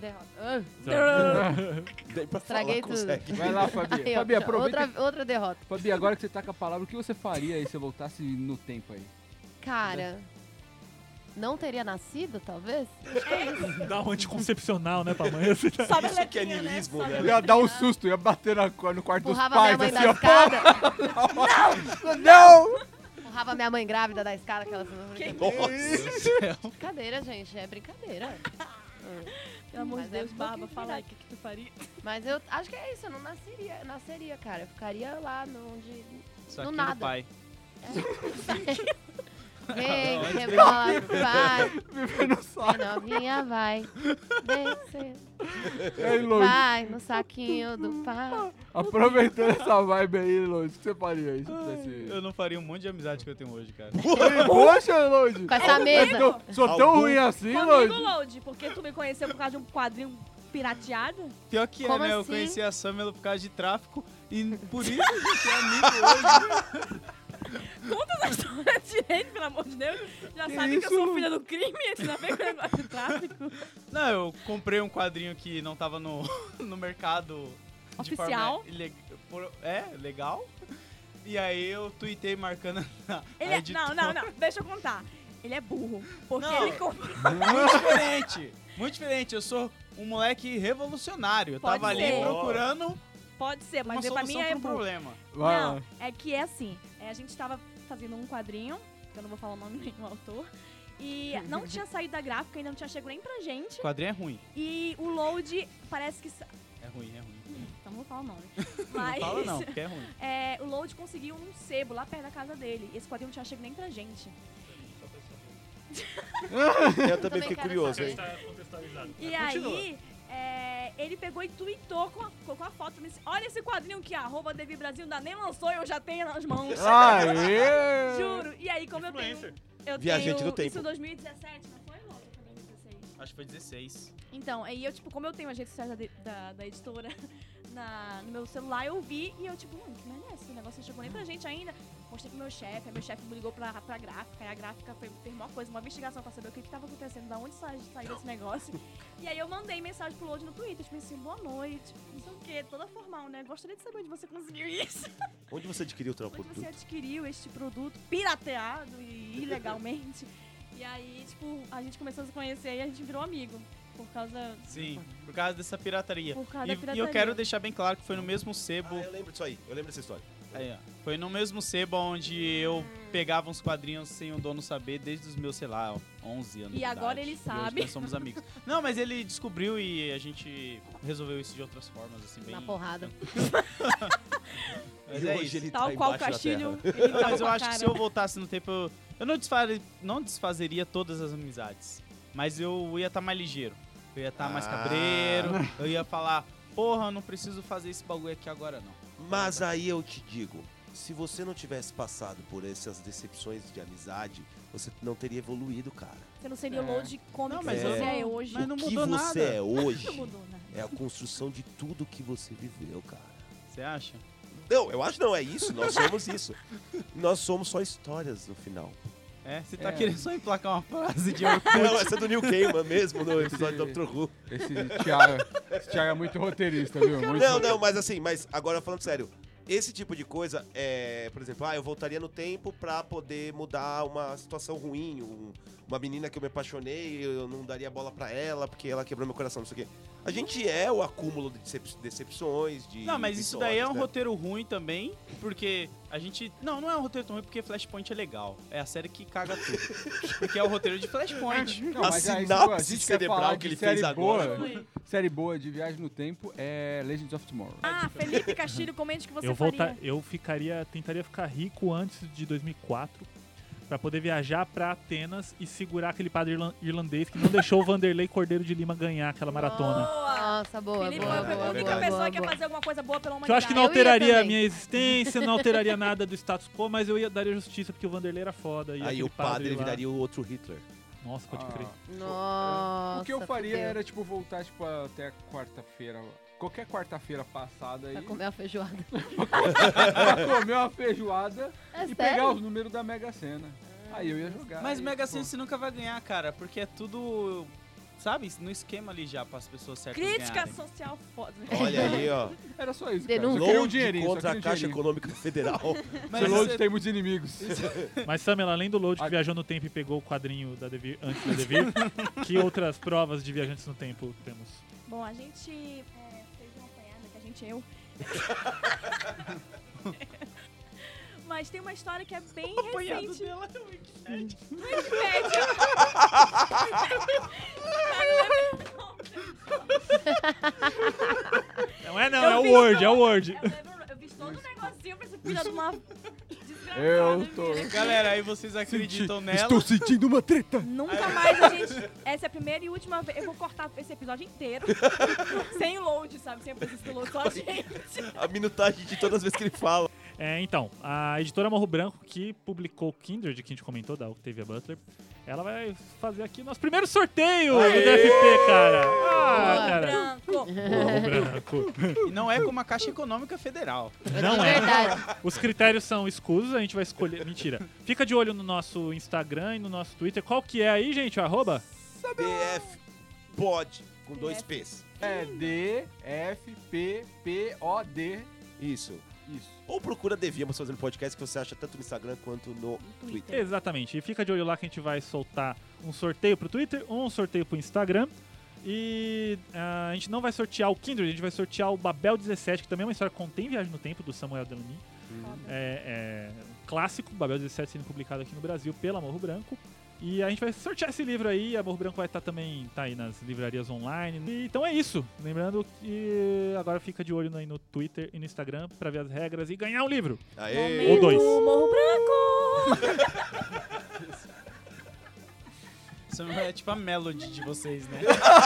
Nem pra Estraguei falar tudo. consegue. Vai lá, Fabi. Aí, ó, Fabi, aproveita. outra derrota. Fabi, agora que você tá com a palavra, o que você faria aí se eu voltasse no tempo aí? Cara, não teria nascido, talvez? Dá um anticoncepcional, né, pra mãe. Assim, tá? Sobe a Isso que é letrinha, niilismo, Sobe a né? Eu ia dar um susto, ia bater no quarto dos Empurrava minha pais, mãe assim, da ó. escada. Não! Empurrava minha mãe grávida da escada, aquela... Nossa. Brincadeira, gente, é brincadeira. Pelo amor de Mas é Deus, um Barba, pouquinho fala aí o verdade. que tu faria. Mas eu acho que é isso, eu não nasceria, cara. Eu ficaria lá onde... Só No que nada. do pai. Vem, rebola pro pai. Viver no saco. Vem, novinha, vai. Descer. Ei, Lourdes, Vai no saquinho do pai. aproveitando essa vibe aí, Lourdes, o que você faria aí se pudesse... Eu não faria um monte de amizade que eu tenho hoje, cara. Poxa, Lourdes! Com essa mesa. Sou tão Algum- ruim assim, Comigo, Lourdes? Load, porque tu me conheceu por causa de um quadrinho pirateado? Pior que é, Como né? Eu assim? conheci a Samela por causa de tráfico e por isso a gente é amigo hoje. Conta essa história direito, pelo amor de Deus. Já Que sabe que eu isso? sou filha do crime, ainda vem com o negócio de tráfico. Não, eu comprei um quadrinho que não tava no, no mercado de Oficial? forma legal. E aí eu tuitei marcando a Ele é... editora. Não, deixa eu contar. Ele é burro, porque Não. ele comprou... Muito diferente. Muito diferente. Eu sou um moleque revolucionário. Eu Pode tava ali ser. procurando Pode ser, Uma mas pra mim solução é pra um burro. problema. Vai Não, lá. é que é assim, a gente tava fazendo um quadrinho, que eu não vou falar o nome do nenhum autor, e não tinha saído da gráfica, ainda não tinha chegado nem pra gente, O quadrinho é ruim. e o load parece que... É ruim, é ruim. Então não vou falar o nome. Não Mas fala não, porque é ruim. o load conseguiu um sebo lá perto da casa dele, e esse quadrinho não tinha chegado nem pra gente. Eu também fiquei quero curioso, saber. hein? contextualizado. E aí, ele pegou e tweetou com a foto, disse, olha esse quadrinho que a @Devi Brasil ainda nem lançou e eu já tenho nas mãos. Aê! Juro. E aí, como Influencer. eu Viajante tenho do tempo. isso em 2017, não foi, Lô? Foi 2016. Acho que foi 16. Então, aí eu, tipo, como eu tenho as redes sociais da editora no meu celular, eu vi e eu, tipo, que merda é essa? Esse negócio não chegou nem pra gente ainda. Mostrei pro meu chefe, aí meu chefe me ligou pra gráfica, e a gráfica fez uma coisa, uma investigação pra saber o que tava acontecendo, da onde saiu esse negócio. E aí eu mandei mensagem pro Load no Twitter, tipo assim, boa noite, não sei o quê, toda formal, né? Gostaria de saber onde você conseguiu isso. Onde você adquiriu o teu Onde você produto? adquiriu este produto pirateado e ilegalmente. E aí, tipo, a gente começou a se conhecer e a gente virou amigo. Por causa Sim, por causa dessa pirataria. da E pirataria. eu quero deixar bem claro que foi no mesmo sebo. Eu lembro disso aí, eu lembro dessa história. Aí, ó. Foi no mesmo sebo onde eu pegava uns quadrinhos sem o dono saber desde os meus, sei lá, 11 anos E de agora idade. ele E sabe. hoje nós somos amigos. Não, mas ele descobriu e a gente resolveu isso de outras formas, assim, bem... Na porrada. Mas E é hoje isso. ele Tal tá qual o embaixo da Castilho, terra. ele tava Mas com eu a acho que cara. se eu voltasse no tempo, eu não desfazeria todas as amizades. Mas eu ia estar mais ligeiro. Eu ia estar mais Ah. cabreiro. Eu ia falar, porra, eu não preciso fazer esse bagulho aqui agora, não. Mas aí eu te digo, se você não tivesse passado por essas decepções de amizade, você não teria evoluído, cara. Você não seria o É. load cômico Não, que mas você eu é hoje. mas não O que mudou você nada. é hoje Não mudou, né? é a construção de tudo que você viveu, cara. Você acha? Não, eu acho não, é isso, nós somos isso. Nós somos só histórias no final. É, você tá É. querendo só emplacar uma frase de Orkut. Não, essa é do Neil Gaiman mesmo, no episódio do Dr. Who. Esse Thiago é muito roteirista, viu? Muito Não, mas assim, mas agora falando sério, esse tipo de coisa, por exemplo, eu voltaria no tempo pra poder mudar uma situação ruim, uma menina que eu me apaixonei, eu não daria bola pra ela porque ela quebrou meu coração, não sei o quê. A gente é o acúmulo de decepções, de Não, mas isso daí é um vitórias, né? roteiro ruim também, porque a gente... Não é um roteiro tão ruim porque Flashpoint é legal. É a série que caga tudo. Porque é o roteiro de Flashpoint. Não, A mas aí, sinapse a gente quer cerebral falar que de ele série fez agora. boa, série boa de viagem no tempo é Legends of Tomorrow. Ah, Felipe Castilho, comente o que você Eu faria. tentaria ficar rico antes de 2004 pra poder viajar pra Atenas e segurar aquele padre irlandês que não deixou o Vanderlei Cordeiro de Lima ganhar aquela maratona. Boa! Nossa, boa, Felipe boa, foi boa, a única boa, pessoa boa, que ia boa. fazer alguma coisa boa pela Que eu humanidade. acho que não Eu ia alteraria a também. minha existência, não alteraria nada do status quo, mas eu daria justiça porque o Vanderlei era foda. E Aí aquele o padre lá- viraria o outro Hitler. Nossa, pode crer. Nossa, O que eu faria fudeu. era, tipo, voltar, tipo, até quarta-feira. Qualquer quarta-feira passada aí. Pra comer a feijoada. pra comer uma feijoada É e sério? pegar os números da Mega Sena. Aí eu ia jogar. Mas aí, Mega tipo, Sena você nunca vai ganhar, cara, porque é tudo... Sabe? No esquema ali já, para as pessoas certas Crítica ganharem. social foda. Olha aí, ó. Era só isso, Denúncia. cara. Só queria um Load dinheirinho, só contra queria a um Caixa dinheirinho. Econômica Federal. Mas Seu Load você- tem muitos inimigos. Mas, Samela, além do Load que viajou no tempo e pegou o quadrinho da Devir antes da Devir, que outras provas de viajantes no tempo temos? Bom, a gente fez uma apanhada, que a gente eu. Mas tem uma história que é bem Apanhado recente. dela é o Wikipedia. Wikipedia. Não é não, Eu é o vi Word, é o todo- Word. Eu fiz todo um negocinho pra esse filho de uma desgraçada. Eu tô... Galera, aí vocês acreditam nela? Estou sentindo uma treta. Nunca mais a gente... Essa é a primeira e última vez. Eu vou cortar esse episódio inteiro. Sem load, sabe? Sem a presença do load, só a gente. A minutagem de todas as vezes que ele fala. Então, a editora Morro Branco, que publicou Kindred, que a gente comentou, da Octavia Butler, ela vai fazer aqui o nosso primeiro sorteio do DFP, cara. Boa. Cara. Branco. Morro Branco. E não é como a Caixa Econômica Federal. Não é. Verdade. Os critérios são escusos, a gente vai escolher... Mentira. Fica de olho no nosso Instagram e no nosso Twitter. Qual que é aí, gente, o arroba? DF Pod, com dois DF. P's. É DFPPOD. Isso. Isso. Ou procura Devíamos fazendo podcast que você acha tanto no Instagram quanto no Twitter. Exatamente. E fica de olho lá que a gente vai soltar um sorteio pro Twitter, um sorteio pro Instagram. E a gente não vai sortear o Kindred, a gente vai sortear o Babel 17, que também é uma história que contém Viagem no Tempo, do Samuel Delany. É um clássico, Babel 17 sendo publicado aqui no Brasil pela Morro Branco. E a gente vai sortear esse livro aí, a Morro Branco vai estar também aí nas livrarias online. E, então é isso. Lembrando que agora fica de olho aí no Twitter e no Instagram pra ver as regras e ganhar um livro. Aê! Ou 2. Morro Branco! Isso é tipo a melody de vocês, né?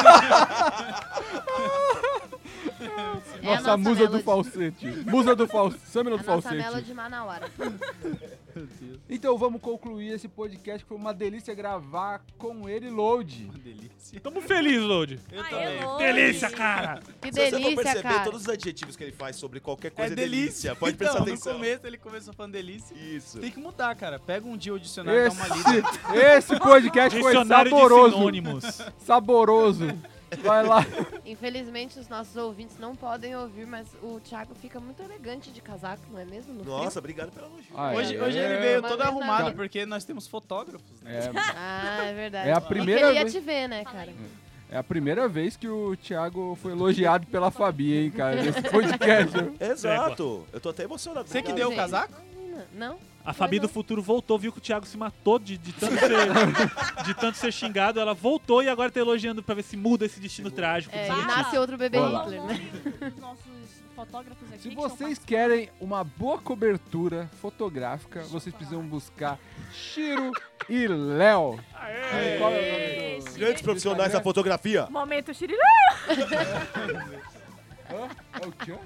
É a Nossa, musa do melody. falsete. Musa do falsete. Samila A do nossa falsete. melody manauara. Então vamos concluir esse podcast, que foi uma delícia gravar com ele, Load. Uma delícia. Tamo feliz, Load. Eu Ai, também. é Load. Delícia, cara! Que Se você for delícia, perceber, cara. todos os adjetivos que ele faz sobre qualquer coisa É delícia. Pode prestar Então, atenção. No começo ele começou falando delícia. Isso. Tem que mudar, cara. Pega um dia o dicionário e dá uma lida. Esse podcast foi Dicionário de saboroso. sinônimos. Saboroso. Vai lá. Infelizmente, os nossos ouvintes não podem ouvir, mas o Thiago fica muito elegante de casaco, não é mesmo? No frio? Nossa, obrigado pelo elogio. Ah, é. Hoje ele veio Uma todo vez arrumado, na- porque nós temos fotógrafos, né? É, Ah, é verdade. É a E primeira que ele ia vez- te ver, né, cara? é a primeira vez que o Thiago foi elogiado pela Fabi, hein, cara, nesse podcast. Exato. Eu tô até emocionado. Você que Obrigado. deu o Gente, casaco? imagina. Não? A Fabi do futuro voltou, viu que o Thiago se matou de tanto ser xingado. Ela voltou e agora tá elogiando pra ver se muda esse destino trágico. É, dos e Anetiques. nasce outro bebê Olá. Hitler, né? Os nossos fotógrafos aqui. Se que estão vocês participando. querem uma boa cobertura fotográfica, vocês precisam buscar Chiro e Léo. Qual é o nome do- Grandes profissionais da fotografia. Momento Xiriri. Hã? É o Tchan?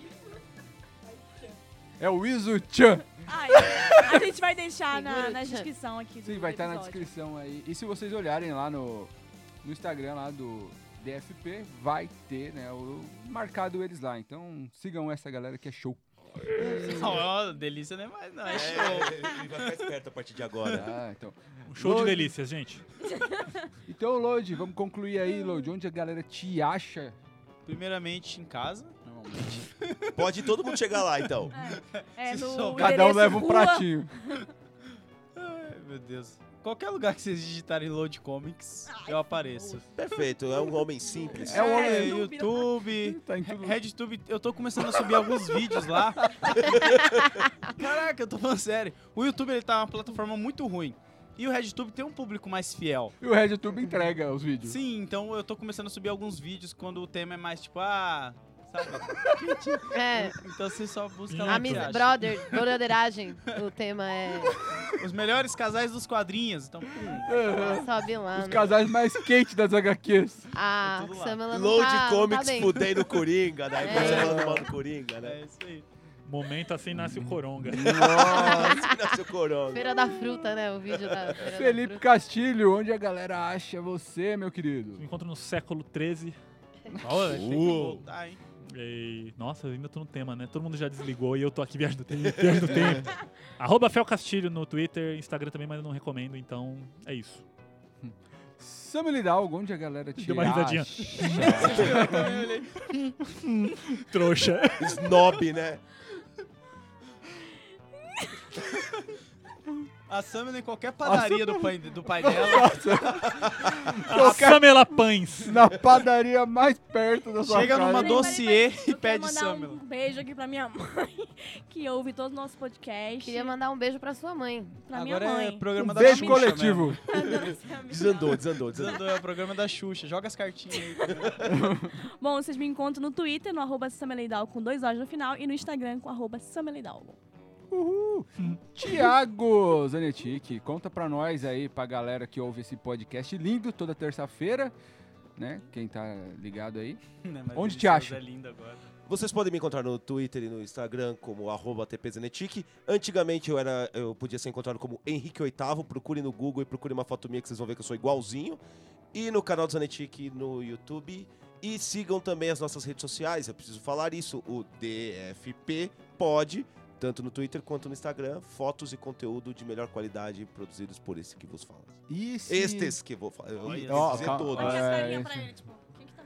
É o Izu Tchan. A gente vai deixar na Segura o descrição aqui do Sim, vai estar na episódio. descrição aí. E se vocês olharem lá no Instagram lá do DFP, vai ter, né, marcado eles lá. Então sigam essa galera que é show. Ó, delícia não é mais, não. É show. Ele vai ficar esperto a partir de agora. Ah, então. Um show de Load. delícias, gente. Então, Load, vamos concluir aí, Load. Onde a galera te acha? Primeiramente em casa, normalmente. Pode todo mundo chegar lá, então. É Se no souber. Cada um endereço leva um rua- pratinho. Ai, meu Deus. Qualquer lugar que vocês digitarem Load Comics, eu apareço. Perfeito. É um homem simples. É um É, homem. YouTube, Tá em tudo. RedTube, eu tô começando a subir alguns vídeos lá. Caraca, eu tô falando sério. O YouTube ele tá uma plataforma muito ruim. E o RedTube tem um público mais fiel. E o RedTube entrega os vídeos. Sim, então eu tô começando a subir alguns vídeos quando o tema é mais tipo, sabe? É, Então você só busca lá. amiz, o que acha. brotheragem, o tema é... Os melhores casais dos quadrinhos. Então, Aham. Sobe lá, Os né? casais mais quentes das HQs. A tudo lá. Samela não Load tá, Comics não tá bem. fudendo o Coringa, daí É. você falando mal do Coringa, né? é isso aí. Momento assim nasce o Coronga. Nossa. Nasceu Coronga. Feira da Fruta, né? O vídeo da Feira Felipe da Fruta. Castilho, onde a galera acha você, meu querido? Me encontro no século XIII. Olha, tem que voltar, hein? E, nossa, eu ainda tô no tema, né? Todo mundo já desligou e eu tô aqui viagem do tempo. Viagem do tempo. @ Fel Castilho no Twitter, Instagram também, mas eu não recomendo, então é isso. Samuel Hidalgo, onde a galera te Deu uma risadinha. acha? Trouxa. Snob, né? A Samela em qualquer padaria do pai dela. A Samela Pães. Na padaria mais perto da sua Chega casa. numa dossiê e Eu quero pede mandar Samela. um beijo aqui pra minha mãe, que ouve todo o nosso podcast. Queria mandar um beijo pra sua mãe. Pra Agora minha é mãe. programa Um da beijo Xuxa coletivo. mesmo. Desandou. Desandou, é o programa da Xuxa. Joga as cartinhas aí. Bom, vocês me encontram no Twitter, no @Sameleidalgo com 2 O's no final, e no Instagram com @Sameleidalgo. Uhul. Tiago Zanetti, conta pra nós aí, pra galera que ouve esse podcast lindo toda terça-feira, né? Quem tá ligado aí. Né, mas Onde te delicioso acha? É lindo agora. Vocês podem me encontrar no Twitter e no Instagram como @tpzanetic. Antigamente eu podia ser encontrado como Henrique VIII. Procure no Google e procure uma foto minha que vocês vão ver que eu sou igualzinho. E no canal do Zanetic no YouTube. E sigam também as nossas redes sociais. Eu preciso falar isso. O DFP Pod, tanto no Twitter quanto no Instagram. Fotos e conteúdo de melhor qualidade produzidos por esse que vos fala. E se... Estes que vou falar. Eu Olha ia só, dizer calma. todos. Olha É, as carinhas isso. pra ele, tipo, quem que tá mexendo no Twitter?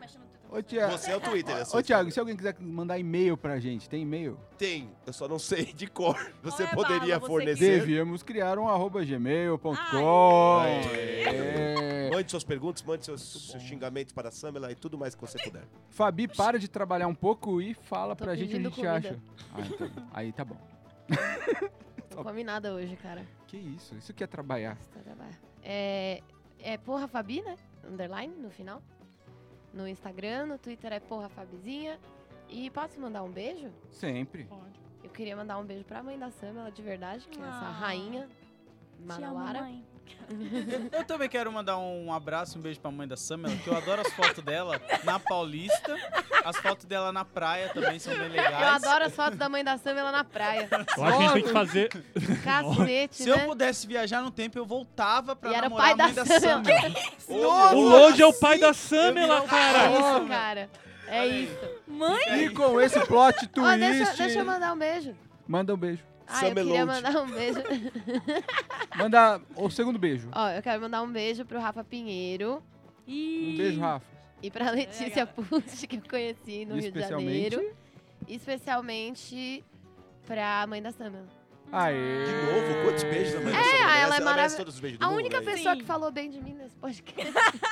Ô, Thiago, Você é o Twitter, é só ô, Thiago, se alguém quiser mandar e-mail pra gente, tem e-mail? Tem, eu só não sei de cor. Você é, poderia Barba, você fornecer? Devíamos criar um @gmail.com. Aê. Mande suas perguntas, mande seus xingamentos para a Samela e tudo mais que você puder. Fabi, para de trabalhar um pouco e fala Tô pra gente o que a pedindo gente comida. acha. Então, aí tá bom. Não comi nada hoje, cara. Que isso? Isso que é trabalhar. É Porra Fabi, né? Underline no final. No Instagram, no Twitter é Porra Fabizinha. E posso mandar um beijo? Sempre. Eu queria mandar um beijo pra mãe da Samela, de verdade, que é essa Ah. rainha Te amo, Manauara. mãe. Eu também quero mandar um abraço, um beijo pra mãe da Samela, que eu adoro as fotos dela na Paulista. As fotos dela na praia também são bem legais. Eu adoro as fotos da mãe da Samela na praia. Eu acho que a gente tem que fazer. Cacete, Se eu né? pudesse viajar no tempo, eu voltava pra E era namorar pai a mãe da da Samela. Samela. O Load é o pai da Samela, É cara. isso, cara. É isso. Mãe? E com esse plot twist... Ó, deixa eu mandar um beijo. Manda um beijo. Ah, eu queria Samelode. mandar um beijo. Manda o segundo beijo. Ó, eu quero mandar um beijo pro Rafa Pinheiro E... Um beijo, Rafa. e pra Letícia Pucci, que eu conheci no Rio de Especialmente... Janeiro. Especialmente pra mãe da Samela. Aê. De novo, quantos beijos a mãe da É, Samela ela merece? é Ela merece maravilhosa. todos os beijos do A mundo, única né? pessoa Sim. que falou bem de mim nesse podcast.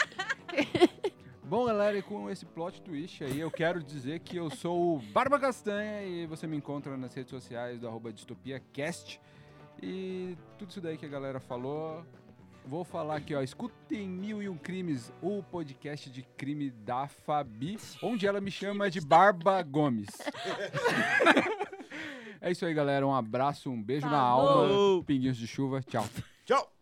Bom, galera, e com esse plot twist aí, eu quero dizer que eu sou o Barba Castanha e você me encontra nas redes sociais do @DistopiaCast. E tudo isso daí que a galera falou, vou falar aqui, ó. Escutem 1001 Crimes, o podcast de crime da Fabi, onde ela me chama de Barba Gomes. É isso aí, galera. Um abraço, um beijo na Falou. alma. Pinguinhos de chuva. Tchau. Tchau!